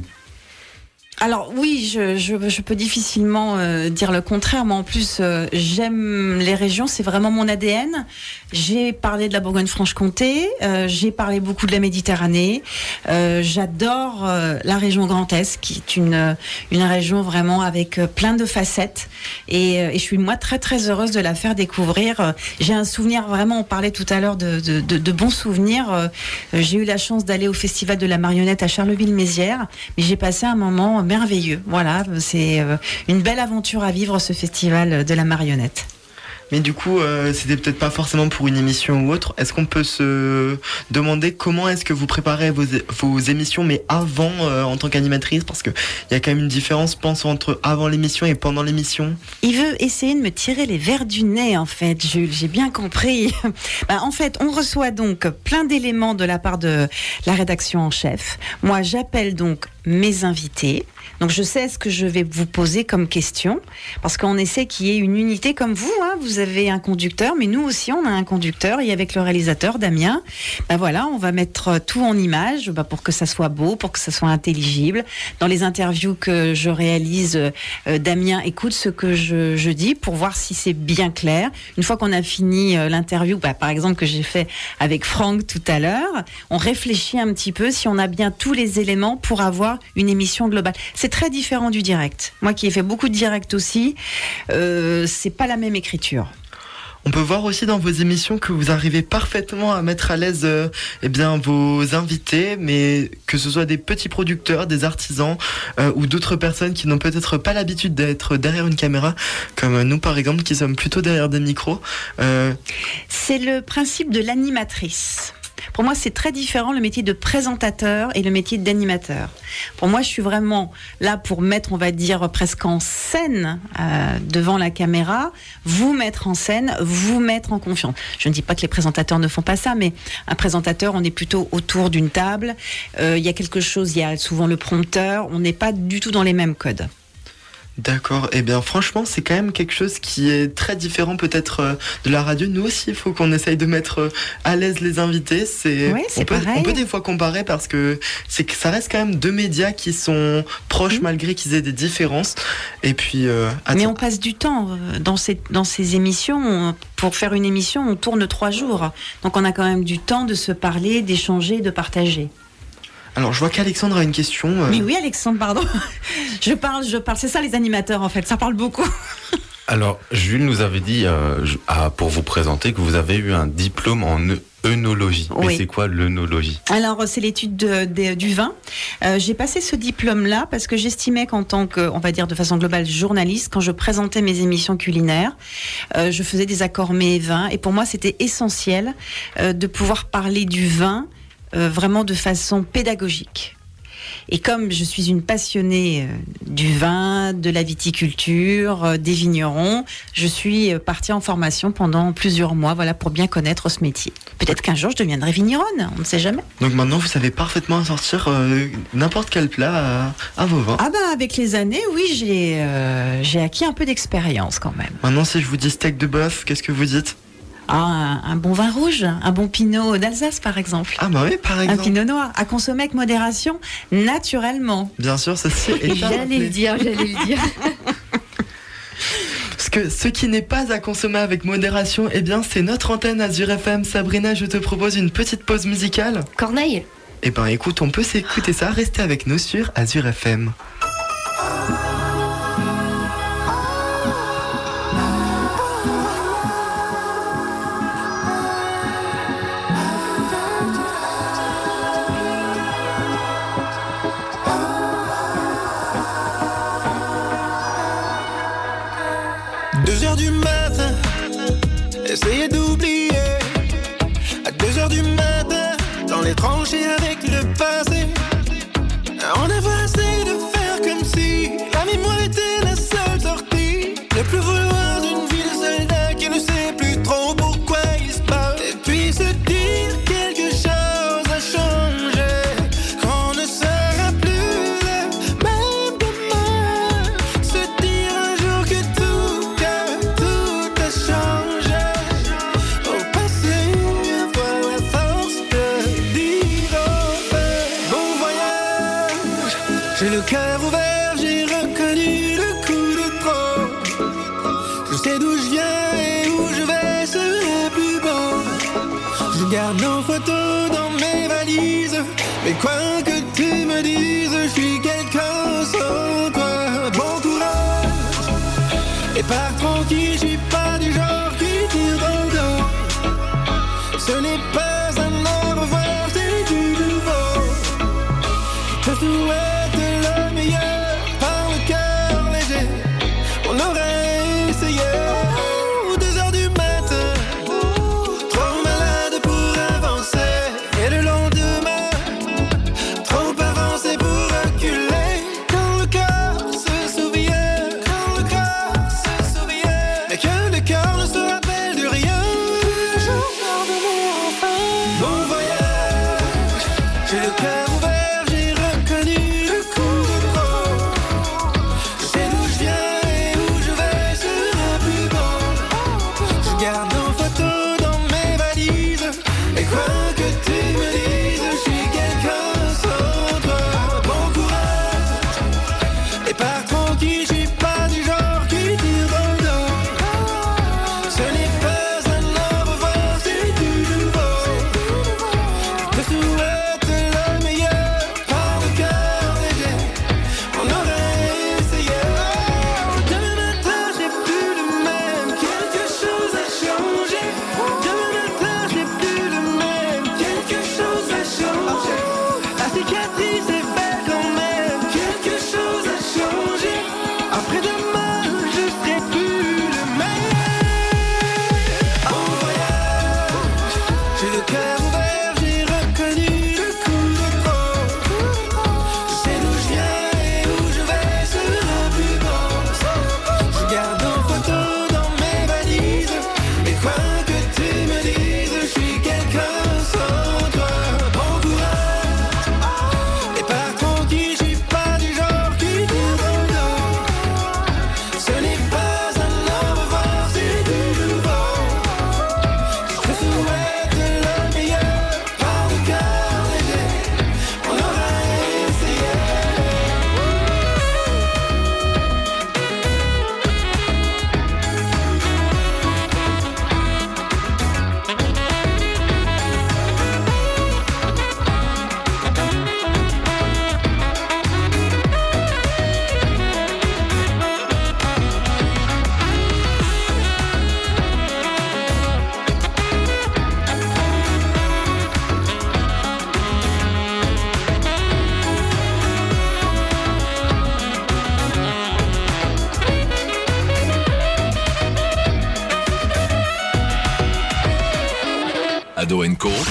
Alors oui, je, je, je peux difficilement euh, dire le contraire. Moi, en plus, euh, j'aime les régions. C'est vraiment mon A D N. J'ai parlé de la Bourgogne-Franche-Comté. Euh, j'ai parlé beaucoup de la Méditerranée. Euh, j'adore euh, la région Grand Est, qui est une une région vraiment avec euh, plein de facettes. Et, euh, et je suis moi très très heureuse de la faire découvrir. Euh, j'ai un souvenir vraiment. On parlait tout à l'heure de de, de, de bons souvenirs. Euh, j'ai eu la chance d'aller au Festival de la Marionnette à Charleville-Mézières, mais j'ai passé un moment merveilleux. Voilà, c'est une belle aventure à vivre, ce festival de la marionnette. Mais du coup, euh, c'était peut-être pas forcément pour une émission ou autre. Est-ce qu'on peut se demander comment est-ce que vous préparez vos, vos émissions, mais avant, euh, en tant qu'animatrice, parce que il y a quand même une différence, je pense, entre avant l'émission et pendant l'émission. Il veut essayer de me tirer les vers du nez, en fait, Jules. J'ai bien compris. Ben, en fait, on reçoit donc plein d'éléments de la part de la rédaction en chef. Moi, j'appelle donc mes invités. Donc je sais ce que je vais vous poser comme question, parce qu'on essaie qu'il y ait une unité comme vous, hein. Vous avez un conducteur, mais nous aussi on a un conducteur, et avec le réalisateur Damien, ben voilà, on va mettre tout en image, ben pour que ça soit beau, pour que ça soit intelligible. Dans les interviews que je réalise, euh, Damien écoute ce que je, je dis pour voir si c'est bien clair. Une fois qu'on a fini euh, l'interview, ben, par exemple que j'ai fait avec Franck tout à l'heure, on réfléchit un petit peu si on a bien tous les éléments pour avoir une émission globale. C'est très différent du direct. Moi qui ai fait beaucoup de direct aussi, euh, c'est pas la même écriture. On peut voir aussi dans vos émissions que vous arrivez parfaitement à mettre à l'aise euh, eh bien, vos invités, mais que ce soit des petits producteurs, des artisans euh, ou d'autres personnes qui n'ont peut-être pas l'habitude d'être derrière une caméra, comme nous par exemple qui sommes plutôt derrière des micros. Euh... C'est le principe de l'animatrice. Pour moi, c'est très différent le métier de présentateur et le métier d'animateur. Pour moi, je suis vraiment là pour mettre, on va dire, presque en scène euh, devant la caméra, vous mettre en scène, vous mettre en confiance. Je ne dis pas que les présentateurs ne font pas ça, mais un présentateur, on est plutôt autour d'une table. Euh, il y a quelque chose, il y a souvent le prompteur. On n'est pas du tout dans les mêmes codes. D'accord, eh bien franchement c'est quand même quelque chose qui est très différent peut-être euh, de la radio. Nous aussi il faut qu'on essaye de mettre euh, à l'aise les invités. C'est, oui, c'est on, peut, pareil. on peut des fois comparer parce que, c'est que ça reste quand même deux médias qui sont proches mmh. malgré qu'ils aient des différences. Et puis, euh, Mais on passe du temps dans ces, dans ces émissions. On, pour faire une émission on tourne trois jours. Donc on a quand même du temps de se parler, d'échanger, de partager. Alors, je vois qu'Alexandre a une question. Euh... Mais oui, Alexandre, pardon. Je parle, je parle. C'est ça, les animateurs, en fait. Ça parle beaucoup. Alors, Jules nous avait dit, euh, à, pour vous présenter, que vous avez eu un diplôme en œnologie. Oui. Mais c'est quoi l'œnologie ? Alors, c'est l'étude de, de, du vin. Euh, j'ai passé ce diplôme-là parce que j'estimais qu'en tant que, on va dire de façon globale, journaliste, quand je présentais mes émissions culinaires, euh, je faisais des accords mets et vins. Et pour moi, c'était essentiel euh, de pouvoir parler du vin Euh, vraiment de façon pédagogique. Et comme je suis une passionnée euh, du vin, de la viticulture, euh, des vignerons, je suis partie en formation pendant plusieurs mois, voilà, pour bien connaître ce métier. Peut-être qu'un jour je deviendrai vigneronne, on ne sait jamais. Donc maintenant vous savez parfaitement sortir euh, n'importe quel plat à, à vos vins. Ah ben avec les années, oui, j'ai euh, j'ai acquis un peu d'expérience quand même. Maintenant si je vous dis steak de bœuf, qu'est-ce que vous dites ? Ah, un, un bon vin rouge, un bon pinot d'Alsace par exemple. Ah bah oui, par exemple. Un pinot noir, à consommer avec modération, naturellement. Bien sûr, ceci est J'allais le dire, j'allais le dire. Parce que ce qui n'est pas à consommer avec modération, eh bien c'est notre antenne Azure F M. Sabrina, je te propose une petite pause musicale. Corneille. Eh ben écoute, on peut s'écouter ça, restez avec nous sur Azure F M. deux heures du matin, essayez d'oublier. À deux heures du matin, dans les tranchées avec le passé. On a fait assez J'ai le cœur ouvert, j'ai reconnu le coup de trop. Je sais d'où je viens et où je vais, serait plus beau. Je garde nos photos dans mes valises, mais quoi que tu me dises, je suis quelqu'un sans toi. Bon courage, et pars tranquille, je suis pas du genre qui tire dans le dos. Ce n'est pas un au revoir, c'est du nouveau. Je te souhaite le meilleur, par le cœur léger. On aurait essayé. Deux heures du matin, trop malade pour avancer. Et le lendemain, trop avancé pour reculer. Quand le cœur se souvient, quand le cœur se souvient, mais que le cœur ne se rappelle de rien. Je pars de mon enfin. Bon voyage, j'ai le cœur ouvert, j'ai reconnu le coup de trop. Je sais d'où je viens et où je vais, sera plus beau. Je garde nos photos dans mes valises, et quoi que tu me dises, je suis quelqu'un sans toi. Bon courage, et pars tranquille, je suis pas du genre qui tire dans le dos. Ce n'est pas un au revoir, c'est du nouveau. Je te souhaite le meilleur, par le cœur léger. On aurait essayé. Demain matin, j'ai plus le même, quelque chose a changé. Demain matin, j'ai plus le même, quelque chose a changé. La cicatrice est belle quand même, quelque chose a changé. Après demain, je serai plus le même. En voyage, j'ai le cœur ouvert, j'ai reconnu le coup de trop. Je sais d'où je viens et où je vais, sera plus beau. Je garde nos photos dans mes valises, et quoi que tu me dises, je suis quelqu'un sans toi. Bon courage, et pars tranquille, je suis pas du genre qui tire dans le dos. Ce n'est pas un au revoir, c'est du nouveau. Je te souhaite le meilleur, par le cœur léger. On aurait essayé. Ado and Co.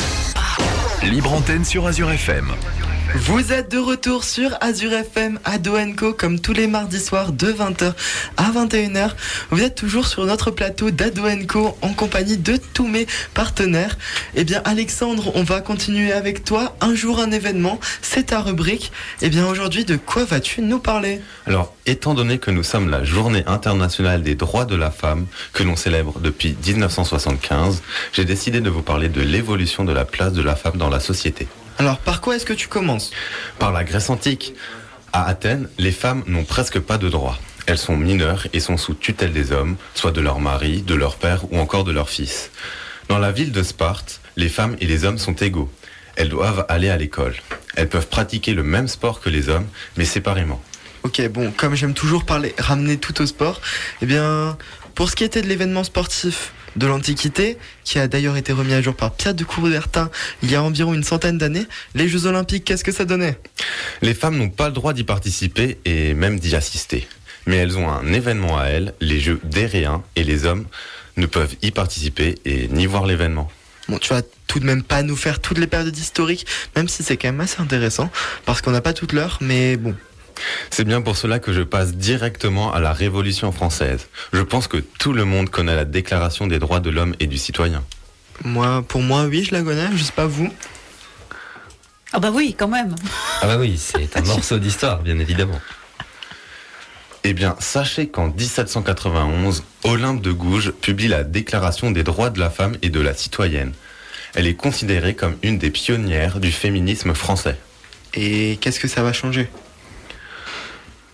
Libre antenne sur Azure F M. Vous êtes de retour sur Azure F M, Ado and Co, comme tous les mardis soirs de vingt heures à vingt et une heures. Vous êtes toujours sur notre plateau d'Ado and Co en compagnie de tous mes partenaires. Eh bien Alexandre, on va continuer avec toi. Un jour un événement, c'est ta rubrique. Eh bien aujourd'hui, de quoi vas-tu nous parler ? Alors, étant donné que nous sommes la journée internationale des droits de la femme, que l'on célèbre depuis dix-neuf cent soixante-quinze, j'ai décidé de vous parler de l'évolution de la place de la femme dans la société. Alors, par quoi est-ce que tu commences ? Par la Grèce antique. À Athènes, les femmes n'ont presque pas de droits. Elles sont mineures et sont sous tutelle des hommes, soit de leur mari, de leur père ou encore de leur fils. Dans la ville de Sparte, les femmes et les hommes sont égaux. Elles doivent aller à l'école. Elles peuvent pratiquer le même sport que les hommes, mais séparément. Ok, bon, comme j'aime toujours parler, ramener tout au sport, eh bien, pour ce qui était de l'événement sportif de l'Antiquité, qui a d'ailleurs été remis à jour par Pierre de Coubertin il y a environ une centaine d'années, les Jeux Olympiques, qu'est-ce que ça donnait ? Les femmes n'ont pas le droit d'y participer et même d'y assister. Mais elles ont un événement à elles, les Jeux d'Héréen, et les hommes ne peuvent y participer et ni voir l'événement. Bon, tu vas tout de même pas nous faire toutes les périodes historiques, même si c'est quand même assez intéressant, parce qu'on n'a pas toute l'heure, mais bon. C'est bien pour cela que je passe directement à la Révolution française. Je pense que tout le monde connaît la Déclaration des droits de l'homme et du citoyen. Moi, pour moi, oui, je la connais, je sais pas vous. Ah bah oui, quand même. Ah bah oui, c'est un morceau d'histoire, bien évidemment. Eh bien, sachez qu'en dix-sept cent quatre-vingt-onze, Olympe de Gouges publie la Déclaration des droits de la femme et de la citoyenne. Elle est considérée comme une des pionnières du féminisme français. Et qu'est-ce que ça va changer ?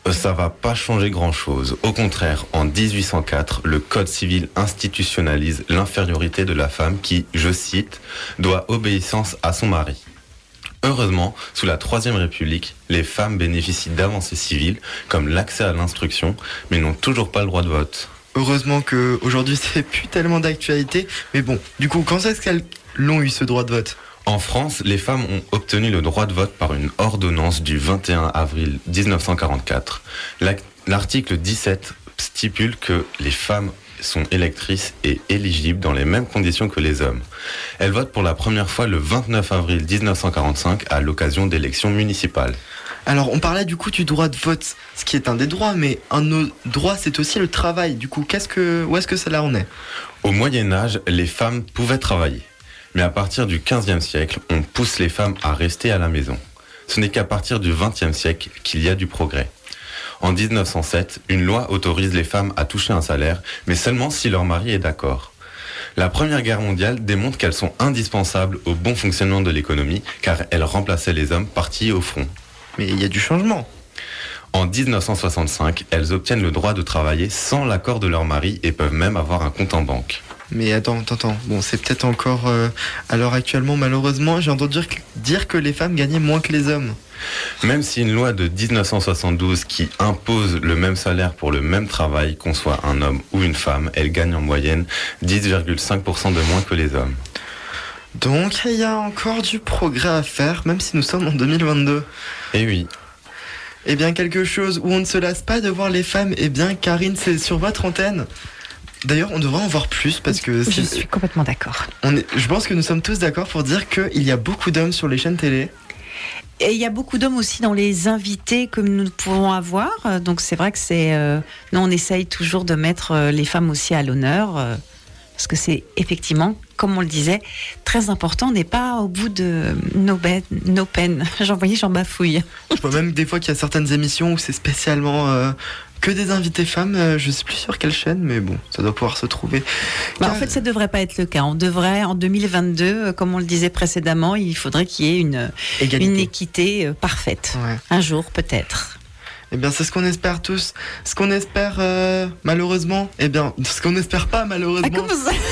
Ça va pas changer grand-chose. Au contraire, en dix-huit cent quatre, le Code civil institutionnalise l'infériorité de la femme qui, je cite, doit obéissance à son mari. Heureusement, sous la Troisième République, les femmes bénéficient d'avancées civiles comme l'accès à l'instruction, mais n'ont toujours pas le droit de vote. Heureusement qu'aujourd'hui c'est plus tellement d'actualité, mais bon, du coup, quand est-ce qu'elles l'ont eu ce droit de vote ? En France, les femmes ont obtenu le droit de vote par une ordonnance du vingt et un avril dix-neuf cent quarante-quatre. L'article dix-sept stipule que les femmes sont électrices et éligibles dans les mêmes conditions que les hommes. Elles votent pour la première fois le vingt-neuf avril dix-neuf cent quarante-cinq à l'occasion d'élections municipales. Alors, on parlait du coup du droit de vote, ce qui est un des droits, mais un autre droit, c'est aussi le travail. Du coup, qu'est-ce que, où est-ce que cela en est ? Au Moyen-Âge, les femmes pouvaient travailler. Mais à partir du quinzième siècle, on pousse les femmes à rester à la maison. Ce n'est qu'à partir du vingtième siècle qu'il y a du progrès. En dix-neuf cent sept, une loi autorise les femmes à toucher un salaire, mais seulement si leur mari est d'accord. La Première Guerre mondiale démontre qu'elles sont indispensables au bon fonctionnement de l'économie, car elles remplaçaient les hommes partis au front. Mais il y a du changement. En dix-neuf cent soixante-cinq, elles obtiennent le droit de travailler sans l'accord de leur mari et peuvent même avoir un compte en banque. Mais attends, attends, attends. Bon, c'est peut-être encore... Euh, à l'heure actuellement, malheureusement, j'ai entendu dire que, dire que les femmes gagnaient moins que les hommes. Même si une loi de dix-neuf cent soixante-douze qui impose le même salaire pour le même travail, qu'on soit un homme ou une femme, elle gagne en moyenne dix virgule cinq pour cent de moins que les hommes. Donc, il y a encore du progrès à faire, même si nous sommes en deux mille vingt-deux. Eh oui. Eh bien, quelque chose où on ne se lasse pas de voir les femmes, eh bien, Karine, c'est sur votre antenne. D'ailleurs, on devrait en voir plus parce que... Je suis complètement d'accord. On est, je pense que nous sommes tous d'accord pour dire qu'il y a beaucoup d'hommes sur les chaînes télé. Et il y a beaucoup d'hommes aussi dans les invités que nous pouvons avoir. Donc c'est vrai que c'est... Euh, nous, on essaye toujours de mettre les femmes aussi à l'honneur. Euh, parce que c'est effectivement, comme on le disait, très important. On n'est pas au bout de nos, ben, nos peines. J'en voyais, j'en bafouille. Je vois même des fois qu'il y a certaines émissions où c'est spécialement... Euh, que des invités femmes, euh, je ne sais plus sur quelle chaîne, mais bon, ça doit pouvoir se trouver. Bah, Car... En fait, ça ne devrait pas être le cas. On devrait, en deux mille vingt-deux, euh, comme on le disait précédemment, il faudrait qu'il y ait une, une équité euh, parfaite. Ouais. Un jour, peut-être. Eh bien, c'est ce qu'on espère tous. Ce qu'on espère, euh, malheureusement, eh bien, ce qu'on n'espère pas, malheureusement. Ah, comment ça ?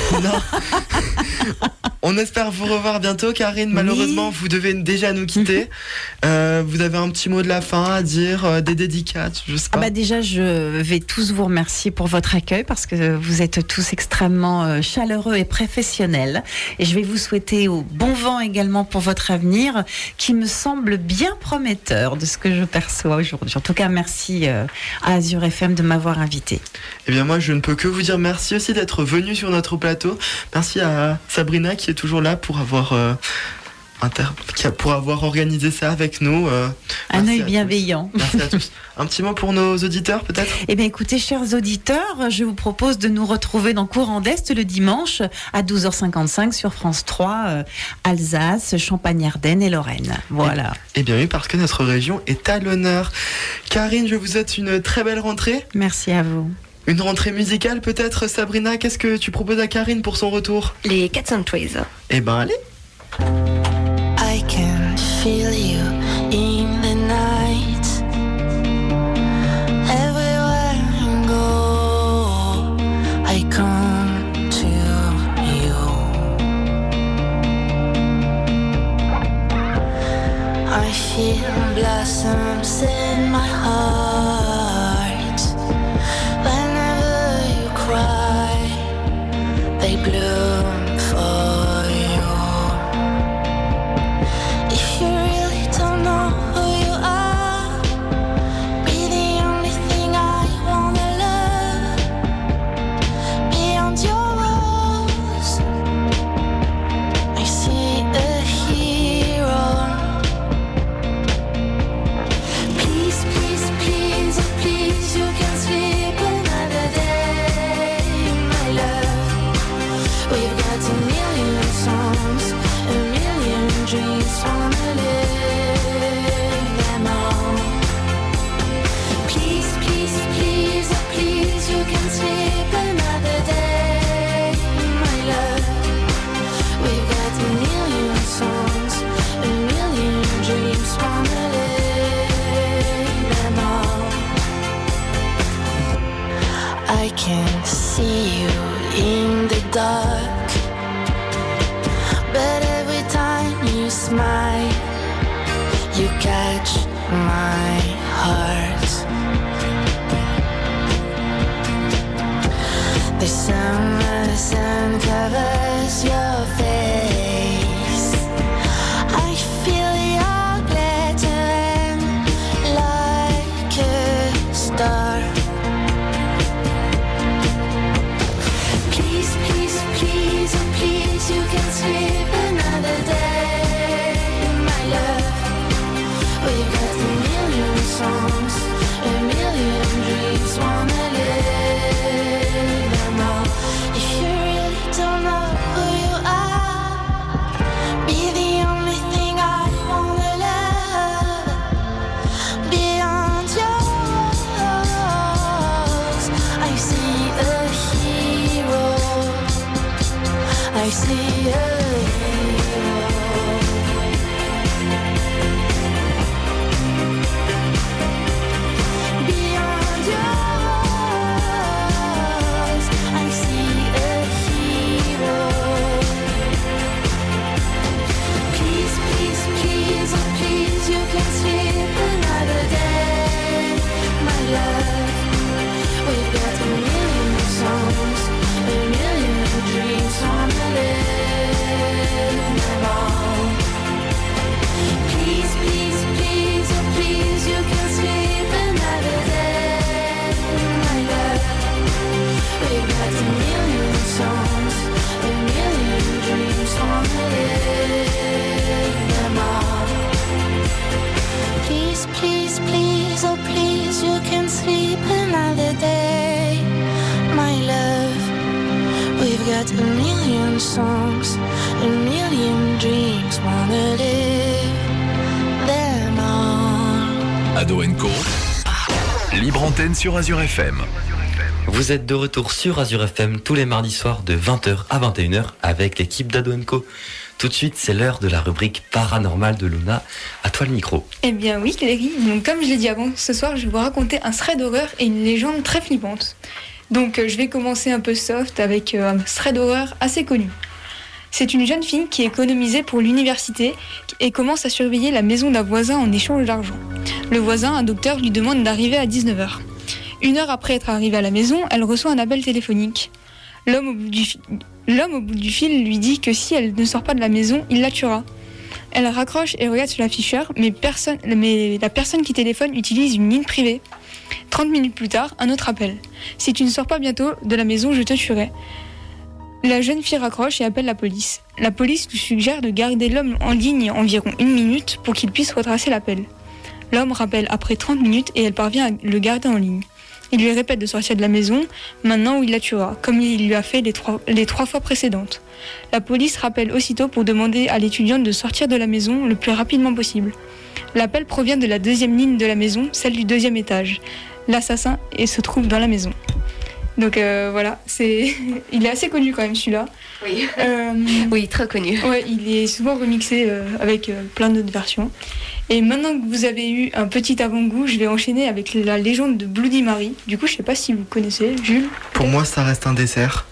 Non. On espère vous revoir bientôt, Karine. Malheureusement, oui. Vous devez déjà nous quitter. Euh, vous avez un petit mot de la fin à dire, euh, des dédicaces, je sais pas. Ah bah déjà, je vais tous vous remercier pour votre accueil parce que vous êtes tous extrêmement euh, chaleureux et professionnels. Et je vais vous souhaiter au bon vent également pour votre avenir, qui me semble bien prometteur de ce que je perçois aujourd'hui. En tout cas, merci euh, à Azure F M de m'avoir invité. Eh bien, moi, je ne peux que vous dire merci aussi d'être venu sur notre plateau. Merci à Sabrina qui est toujours là pour avoir euh, inter... pour avoir organisé ça avec nous. Euh, Un œil bienveillant. Tous. Merci à tous. Un petit mot pour nos auditeurs, peut-être ? Eh bien, écoutez, chers auditeurs, je vous propose de nous retrouver dans Courant d'Est le dimanche à douze heures cinquante-cinq sur France trois, euh, Alsace, Champagne-Ardenne et Lorraine. Voilà. Eh, eh bien oui, parce que notre région est à l'honneur. Karine, je vous souhaite une très belle rentrée. Merci à vous. Une rentrée musicale peut-être, Sabrina, qu'est-ce que tu proposes à Karine pour son retour ? Les Cats and Trees. Eh ben allez. I can feel you in the night. Everywhere I go, I come to you. I feel blossoms in my heart. They bloom for you. If you really don't know who you are, be the only thing I wanna love. Beyond your walls, I see a hero. Please, please, please, please. eye, you catch my heart. The summer sun covers your face. I feel your glittering like a star. Please, please, please, oh please, you can sleep another day, my love. We've got a million songs, a million dreams, wanna live them all. If you really don't know who you are, be the only thing I wanna love. Beyond yours, I see a hero. I see a hero. Beyond yours, I see a hero. Please, please, please, oh please, you can sleep another day, my love. We've got a million songs, a million dreams, wanna live them all. Please, please, please, oh please, you can sleep another day, my love. We've got a million songs, a million dreams, wanna live them all. Please, please, please, oh please, you can sleep another day, my love. We've got a million songs, a million dreams, wanna live them all. Ado and Co, libre antenne sur Azure F M. Vous êtes de retour sur Azure F M tous les mardis soirs de vingt heures à vingt et une heures avec l'équipe d'Ado and Co. Tout de suite, c'est l'heure de la rubrique paranormale de Luna. À toi le micro. Eh bien oui, Cléry. Donc comme je l'ai dit avant, ce soir je vais vous raconter un thread d'horreur et une légende très flippante. Donc euh, je vais commencer un peu soft avec euh, un thread d'horreur assez connu. C'est une jeune fille qui est économisée pour l'université et commence à surveiller la maison d'un voisin en échange d'argent. Le voisin, un docteur, lui demande d'arriver à dix-neuf heures. Une heure après être arrivée à la maison, elle reçoit un appel téléphonique. L'homme au bout du, fi- L'homme au bout du fil lui dit que si elle ne sort pas de la maison, il la tuera. Elle raccroche et regarde sur l'afficheur, mais, personne, mais la personne qui téléphone utilise une ligne privée. trente minutes plus tard, un autre appel. « Si tu ne sors pas bientôt de la maison, je te tuerai. » La jeune fille raccroche et appelle la police. La police lui suggère de garder l'homme en ligne environ une minute pour qu'il puisse retracer l'appel. L'homme rappelle après trente minutes et elle parvient à le garder en ligne. Il lui répète de sortir de la maison, maintenant où il la tuera, comme il lui a fait les trois, les trois fois précédentes. La police rappelle aussitôt pour demander à l'étudiante de sortir de la maison le plus rapidement possible. L'appel provient de la deuxième ligne de la maison, celle du deuxième étage. L'assassin et se trouve dans la maison. Donc euh, voilà, c'est... il est assez connu quand même celui-là. Oui, euh... oui, très connu. Ouais, il est souvent remixé euh, avec euh, plein d'autres versions. Et maintenant que vous avez eu un petit avant-goût, je vais enchaîner avec la légende de Bloody Mary. Du coup, je sais pas si vous connaissez, Jules. Pour moi, ça reste un dessert.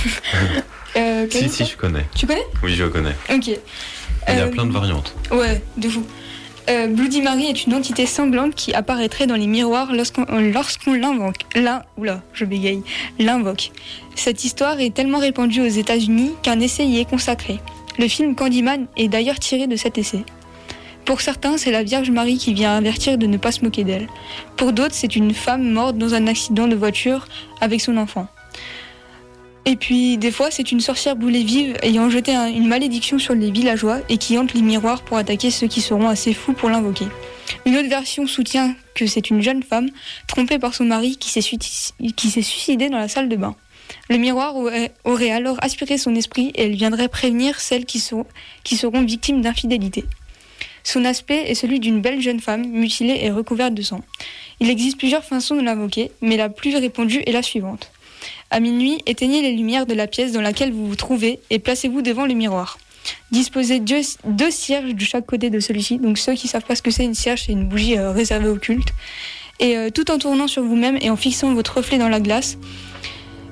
euh, Si, si, je connais. Tu connais ? Oui, je connais. Ok. Il y a Euh, plein de variantes. Ouais, de fou. Euh, Bloody Mary est une entité sanglante qui apparaîtrait dans les miroirs lorsqu'on, lorsqu'on l'invoque. Là, oula, je bégaye. L'invoque. Cette histoire est tellement répandue aux États-Unis qu'un essai y est consacré. Le film Candyman est d'ailleurs tiré de cet essai. Pour certains, c'est la Vierge Marie qui vient avertir de ne pas se moquer d'elle. Pour d'autres, c'est une femme morte dans un accident de voiture avec son enfant. Et puis, des fois, c'est une sorcière brûlée vive ayant jeté un- une malédiction sur les villageois et qui hante les miroirs pour attaquer ceux qui seront assez fous pour l'invoquer. Une autre version soutient que c'est une jeune femme trompée par son mari qui s'est, suici- qui s'est suicidée dans la salle de bain. Le miroir aurait, aurait alors aspiré son esprit et elle viendrait prévenir celles qui, sont, qui seront victimes d'infidélité. Son aspect est celui d'une belle jeune femme, mutilée et recouverte de sang. Il existe plusieurs façons de l'invoquer, mais la plus répandue est la suivante. À minuit, éteignez les lumières de la pièce dans laquelle vous vous trouvez et placez-vous devant le miroir. Disposez deux, deux cierges de chaque côté de celui-ci. Donc ceux qui ne savent pas ce que c'est, une cierge, c'est une bougie euh, réservée au culte. Et euh, tout en tournant sur vous-même et en fixant votre reflet dans la glace,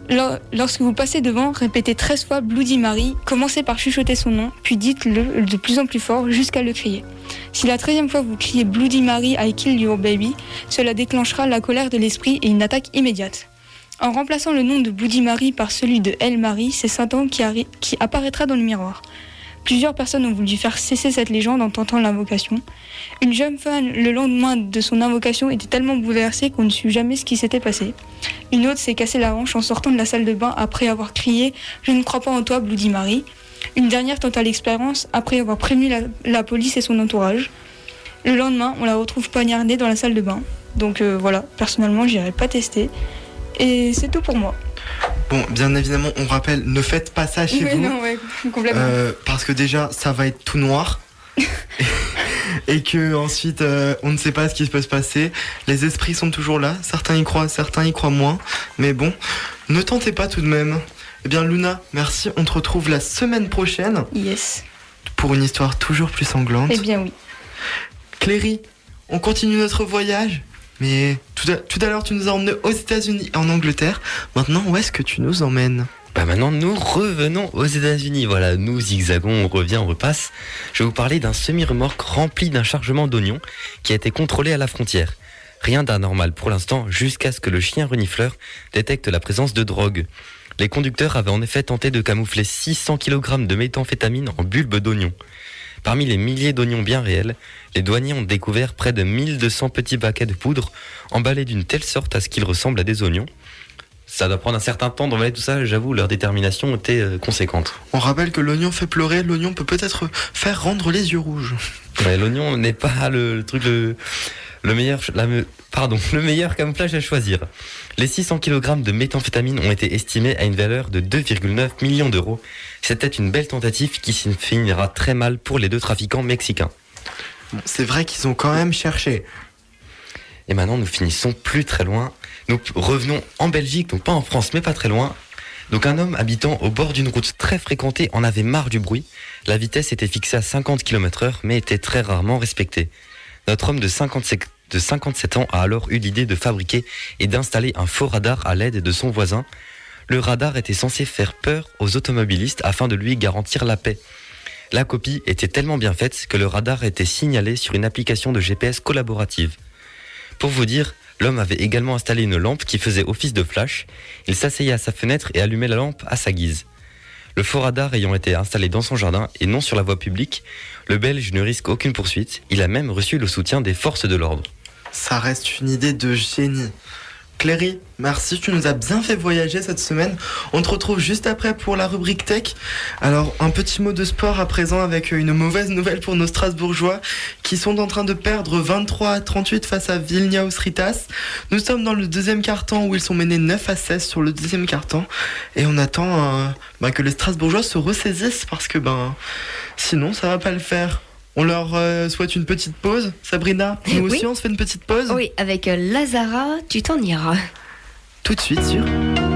Lors- Lorsque vous passez devant, répétez treize fois Bloody Mary, commencez par chuchoter son nom, puis dites-le de plus en plus fort jusqu'à le crier. Si la treizième fois vous criez Bloody Mary, I kill your baby, cela déclenchera la colère de l'esprit et une attaque immédiate. En remplaçant le nom de Bloody Mary par celui de El Mary, c'est Satan qui, arri- qui apparaîtra dans le miroir. Plusieurs personnes ont voulu faire cesser cette légende en tentant l'invocation. Une jeune femme, le lendemain de son invocation, était tellement bouleversée qu'on ne sut jamais ce qui s'était passé. Une autre s'est cassé la hanche en sortant de la salle de bain après avoir crié « Je ne crois pas en toi, Bloody Mary ». Une dernière tenta l'expérience après avoir prévenu la, la police et son entourage. Le lendemain, on la retrouve poignardée dans la salle de bain. Donc euh, voilà, personnellement, j'irai pas tester. Et c'est tout pour moi. Bon, bien évidemment, on rappelle, ne faites pas ça chez Oui, vous. non, ouais, complètement. Euh, parce que déjà, ça va être tout noir. Et que ensuite, euh, on ne sait pas ce qui peut se passer. Les esprits sont toujours là. Certains y croient, certains y croient moins. Mais bon, ne tentez pas tout de même. Eh bien, Luna, merci. On te retrouve la semaine prochaine. Yes. Pour une histoire toujours plus sanglante. Eh bien oui. Cléry, on continue notre voyage. Mais tout à, tout à l'heure, tu nous as emmenés aux États-Unis et en Angleterre. Maintenant, où est-ce que tu nous emmènes ? Bah maintenant, nous revenons aux États-Unis. Voilà, nous zigzagons, on revient, on repasse. Je vais vous parler d'un semi-remorque rempli d'un chargement d'oignons qui a été contrôlé à la frontière. Rien d'anormal pour l'instant, jusqu'à ce que le chien renifleur détecte la présence de drogue. Les conducteurs avaient en effet tenté de camoufler six cents kilogrammes de méthamphétamine en bulbes d'oignons. Parmi les milliers d'oignons bien réels, les douaniers ont découvert près de mille deux cents petits paquets de poudre emballés d'une telle sorte à ce qu'ils ressemblent à des oignons. Ça doit prendre un certain temps d'emballer tout ça, j'avoue, leur détermination était euh, conséquente. On rappelle que l'oignon fait pleurer, l'oignon peut peut-être faire rendre les yeux rouges. Ouais, l'oignon n'est pas le, le truc le, le meilleur la, pardon, le meilleur camouflage à choisir. Les six cents kilogrammes de méthamphétamine ont été estimés à une valeur de deux virgule neuf millions d'euros. C'était une belle tentative qui finira très mal pour les deux trafiquants mexicains. Bon, c'est vrai qu'ils ont quand même cherché. Et maintenant, nous finissons plus très loin. Nous revenons en Belgique, donc pas en France, mais pas très loin. Donc un homme habitant au bord d'une route très fréquentée en avait marre du bruit. La vitesse était fixée à cinquante kilomètres heure, mais était très rarement respectée. Notre homme de cinquante-sept, de cinquante-sept ans a alors eu l'idée de fabriquer et d'installer un faux radar à l'aide de son voisin. Le radar était censé faire peur aux automobilistes afin de lui garantir la paix. La copie était tellement bien faite que le radar était signalé sur une application de G P S collaborative. Pour vous dire, l'homme avait également installé une lampe qui faisait office de flash. Il s'asseyait à sa fenêtre et allumait la lampe à sa guise. Le faux radar ayant été installé dans son jardin et non sur la voie publique, le Belge ne risque aucune poursuite. Il a même reçu le soutien des forces de l'ordre. Ça reste une idée de génie. Cléry, merci, tu nous as bien fait voyager cette semaine. On te retrouve juste après pour la rubrique tech. Alors, un petit mot de sport à présent avec une mauvaise nouvelle pour nos Strasbourgeois qui sont en train de perdre vingt-trois à trente-huit face à Vilnius Ritas. Nous sommes dans le deuxième quart-temps où ils sont menés neuf à seize sur le deuxième quart-temps. Et on attend euh, bah, que les Strasbourgeois se ressaisissent parce que ben, sinon ça va pas le faire. On leur euh, souhaite une petite pause. Sabrina, nous Oui. aussi on se fait une petite pause. Oui, avec euh, Lazara, tu t'en iras. Tout de suite sur...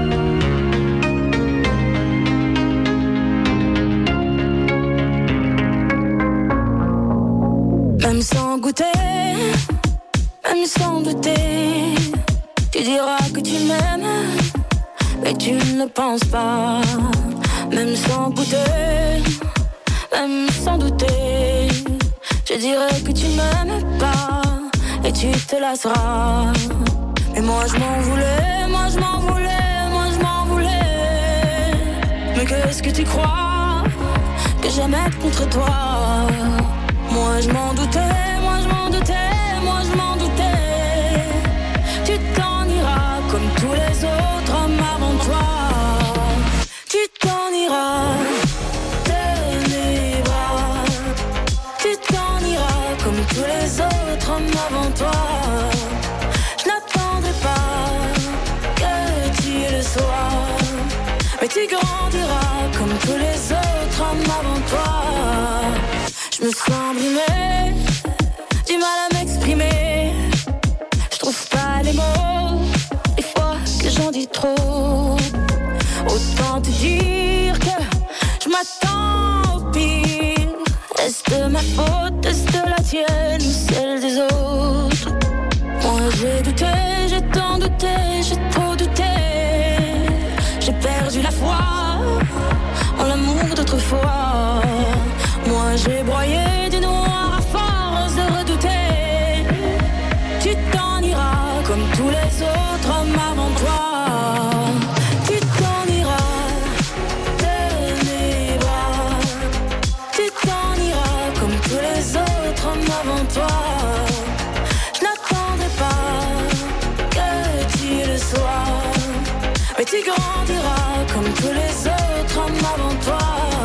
Même sans goûter, même sans douter, tu diras que tu m'aimes, mais tu ne penses pas. Même sans goûter, même sans douter, je dirais que tu m'aimes pas et tu te lasseras. Mais moi je m'en voulais, moi je m'en voulais, moi je m'en voulais. Mais qu'est-ce que tu crois que j'aime être contre toi? Moi je m'en doutais, moi je m'en doutais, moi je m'en doutais. Tu t'en iras comme tous les autres hommes avant toi. Tu t'en iras de mes bras. Tu t'en iras comme tous les autres hommes avant toi. Je n'attendrai pas que tu le sois, mais tu grandiras comme tous les autres hommes avant toi. Je me sens brimée, du mal à m'exprimer. Je trouve pas les mots, des fois que j'en dis trop. Autant te dire que je m'attends au pire. Est-ce de ma faute, est-ce de la tienne ou celle des autres? Moi j'ai douté, j'ai tant douté, j'ai trop douté. foi en l'amour d'autrefois. Moi j'ai broyé du noir à force de redouter. Tu t'en iras comme tous les autres hommes avant toi. Tu t'en iras de mes bras. Tu t'en iras comme tous les autres hommes avant toi. Je n'attendrai pas que tu le sois, mais tu grandiras comme tous les autres hommes avant toi.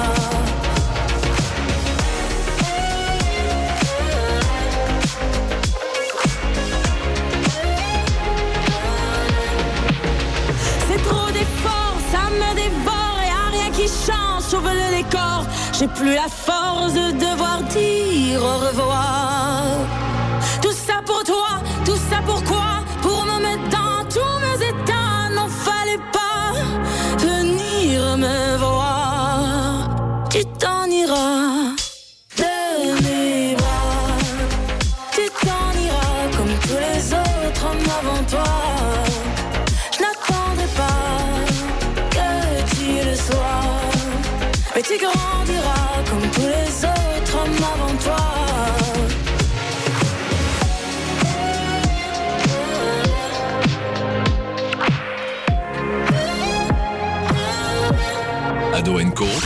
C'est trop d'efforts, ça me dévore et y'a rien qui change, sauf le décor. J'ai plus la force de devoir dire au revoir. Tout ça pour toi, tout ça pourquoi? Pour me mettre dans tous mes états, n'en fallait pas venir me voir. Tu t'en iras de mes bras. Tu t'en iras comme tous les autres hommes avant toi. Je n'attendrai pas que tu le sois, mais tu grandiras comme tous les autres hommes avant toi. Ado and Co.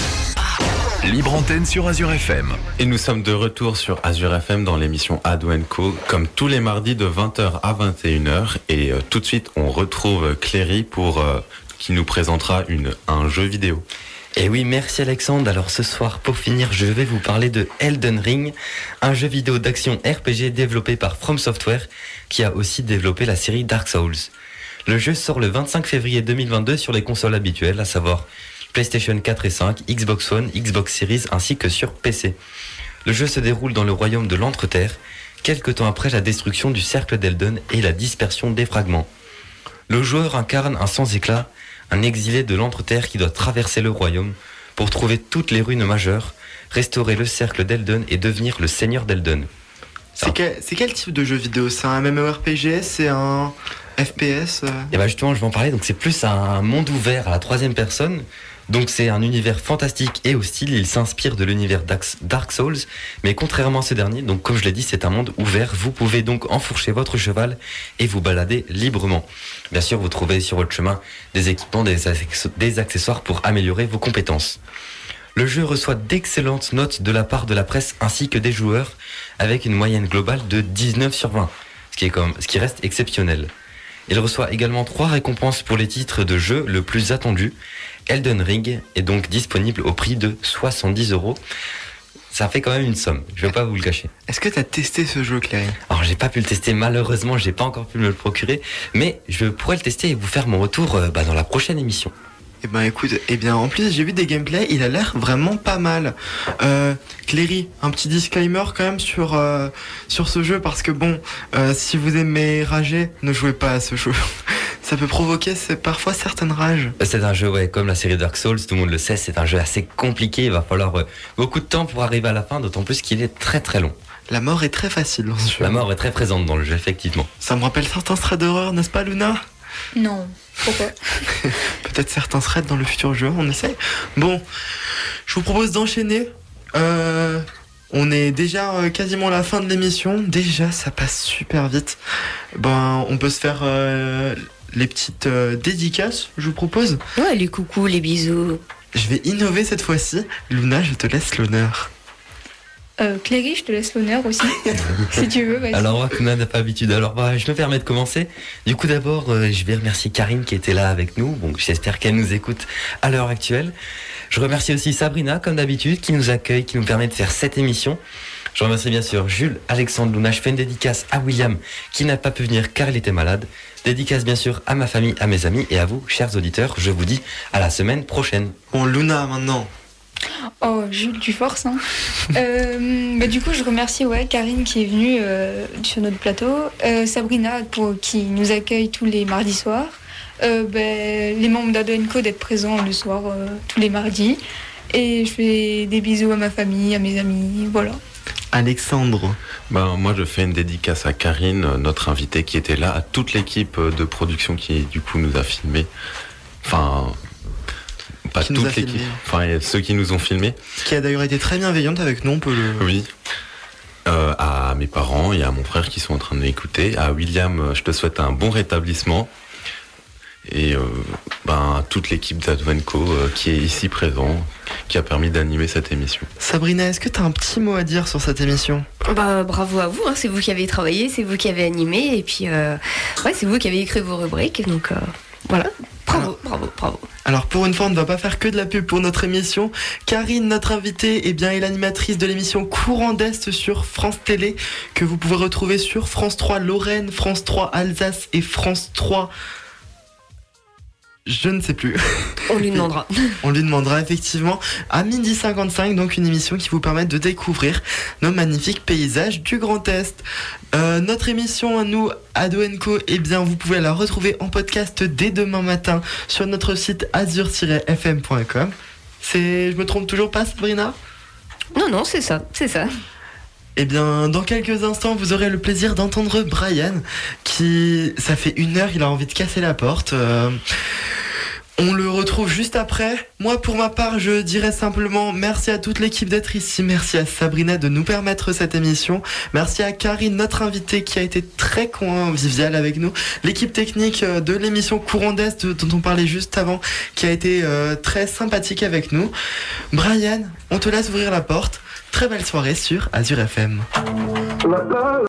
Libre antenne sur Azure F M. Et nous sommes de retour sur Azure F M dans l'émission Ado and Co, comme tous les mardis de vingt heures à vingt et une heures. Et euh, tout de suite, on retrouve Cléry pour euh, qui nous présentera une, un jeu vidéo. Et oui, merci Alexandre. Alors ce soir, pour finir, je vais vous parler de Elden Ring, un jeu vidéo d'action R P G développé par From Software, qui a aussi développé la série Dark Souls. Le jeu sort le vingt-cinq février deux mille vingt-deux sur les consoles habituelles, à savoir PlayStation quatre et cinq, Xbox One, Xbox Series ainsi que sur P C. Le jeu se déroule dans le royaume de l'Entreterre, quelque temps après la destruction du cercle d'Elden et la dispersion des fragments. Le joueur incarne un sans-éclat, un exilé de l'Entreterre qui doit traverser le royaume pour trouver toutes les ruines majeures, restaurer le cercle d'Elden et devenir le seigneur d'Elden. C'est quel, c'est quel type de jeu vidéo? C'est un MMORPG? C'est un F P S? Et bah justement, je vais en parler. Donc c'est plus un monde ouvert à la troisième personne. Donc c'est un univers fantastique et hostile, il s'inspire de l'univers Dark Souls, mais contrairement à ce dernier, donc comme je l'ai dit, c'est un monde ouvert, vous pouvez donc enfourcher votre cheval et vous balader librement. Bien sûr, vous trouvez sur votre chemin des équipements, des, des accessoires pour améliorer vos compétences. Le jeu reçoit d'excellentes notes de la part de la presse ainsi que des joueurs, avec une moyenne globale de dix-neuf sur vingt, ce qui, est comme, ce qui reste exceptionnel. Il reçoit également trois récompenses pour les titres de jeu le plus attendus. Elden Ring est donc disponible au prix de soixante-dix euros. Ça fait quand même une somme, je vais pas vous le cacher. Est-ce que tu as testé ce jeu, Cléry? Alors j'ai pas pu le tester, malheureusement, j'ai pas encore pu me le procurer, mais je pourrais le tester et vous faire mon retour euh, bah, dans la prochaine émission. Eh ben écoute, eh bien en plus j'ai vu des gameplays, il a l'air vraiment pas mal. Euh, Cléry, un petit disclaimer quand même sur euh, sur ce jeu parce que bon, euh, si vous aimez rager, ne jouez pas à ce jeu. Ça peut provoquer c'est parfois certaines rages. C'est un jeu, ouais, comme la série Dark Souls, tout le monde le sait, c'est un jeu assez compliqué. Il va falloir euh, beaucoup de temps pour arriver à la fin, d'autant plus qu'il est très très long. La mort est très facile dans ce jeu. La mort est très présente dans le jeu, effectivement. Ça me rappelle certains threads d'horreur, n'est-ce pas, Luna? Non, pourquoi? Peut-être certains threads dans le futur jeu, on essaie. Bon, je vous propose d'enchaîner. Euh, on est déjà euh, quasiment à la fin de l'émission. Déjà, ça passe super vite. Ben, on peut se faire euh, les petites euh, dédicaces, je vous propose. Ouais, les coucous, les bisous. Je vais innover cette fois-ci. Luna, je te laisse l'honneur. Euh, Cléry, je te laisse l'honneur aussi, si tu veux. Vas-y. Alors, on n'a pas l'habitude. Alors, bah, je me permets de commencer. Du coup, d'abord, euh, je vais remercier Karine qui était là avec nous. Bon, j'espère qu'elle nous écoute à l'heure actuelle. Je remercie aussi Sabrina, comme d'habitude, qui nous accueille, qui nous permet de faire cette émission. Je remercie bien sûr Jules, Alexandre, Luna. Je fais une dédicace à William, qui n'a pas pu venir car il était malade. Dédicace bien sûr à ma famille, à mes amis et à vous, chers auditeurs. Je vous dis à la semaine prochaine. Bon, Luna, maintenant. Oh, Jules, tu forces, hein. euh, bah, du coup, je remercie ouais, Karine qui est venue euh, sur notre plateau, euh, Sabrina pour, qui nous accueille tous les mardis soirs, euh, bah, les membres d'Ado and Co d'être présents le soir euh, tous les mardis, et je fais des bisous à ma famille, à mes amis, voilà. Alexandre. Ben, moi, je fais une dédicace à Karine, notre invitée qui était là, à toute l'équipe de production qui, du coup, nous a filmé. Enfin... Pas qui nous a toute l'équipe, filmé. enfin il y a ceux qui nous ont filmés. Qui a d'ailleurs été très bienveillante avec nous, on peut le... Oui. Euh, à mes parents et à mon frère qui sont en train de m'écouter. À William, euh, je te souhaite un bon rétablissement. Et euh, ben, à toute l'équipe d'Advenco euh, qui est ici présent, qui a permis d'animer cette émission. Sabrina, est-ce que tu as un petit mot à dire sur cette émission ? Bah, bravo à vous, hein. C'est vous qui avez travaillé, c'est vous qui avez animé, et puis euh, ouais, c'est vous qui avez écrit vos rubriques, donc euh, voilà, bravo, Alors, bravo, bravo. Alors pour une fois, on ne va pas faire que de la pub pour notre émission. Karine, notre invitée, eh bien, est l'animatrice de l'émission Courant d'Est sur France Télé, que vous pouvez retrouver sur France trois Lorraine, France trois Alsace et France trois... Je ne sais plus. On lui demandera. On lui demandera effectivement à midi cinquante-cinq, donc une émission qui vous permet de découvrir nos magnifiques paysages du Grand Est. Euh, notre émission à nous, Ado and Co, eh bien vous pouvez la retrouver en podcast dès demain matin sur notre site azur tiret f m point com. C'est, je me trompe toujours pas, Sabrina ? Non, non, c'est ça, c'est ça. Eh bien, dans quelques instants, vous aurez le plaisir d'entendre Brian, qui, ça fait une heure, il a envie de casser la porte. Euh, on le retrouve juste après. Moi, pour ma part, je dirais simplement merci à toute l'équipe d'être ici. Merci à Sabrina de nous permettre cette émission. Merci à Karine, notre invitée, qui a été très conviviale avec nous. L'équipe technique de l'émission Courant d'Est, dont on parlait juste avant, qui a été euh, très sympathique avec nous. Brian, on te laisse ouvrir la porte. Très belle soirée sur Azur F M.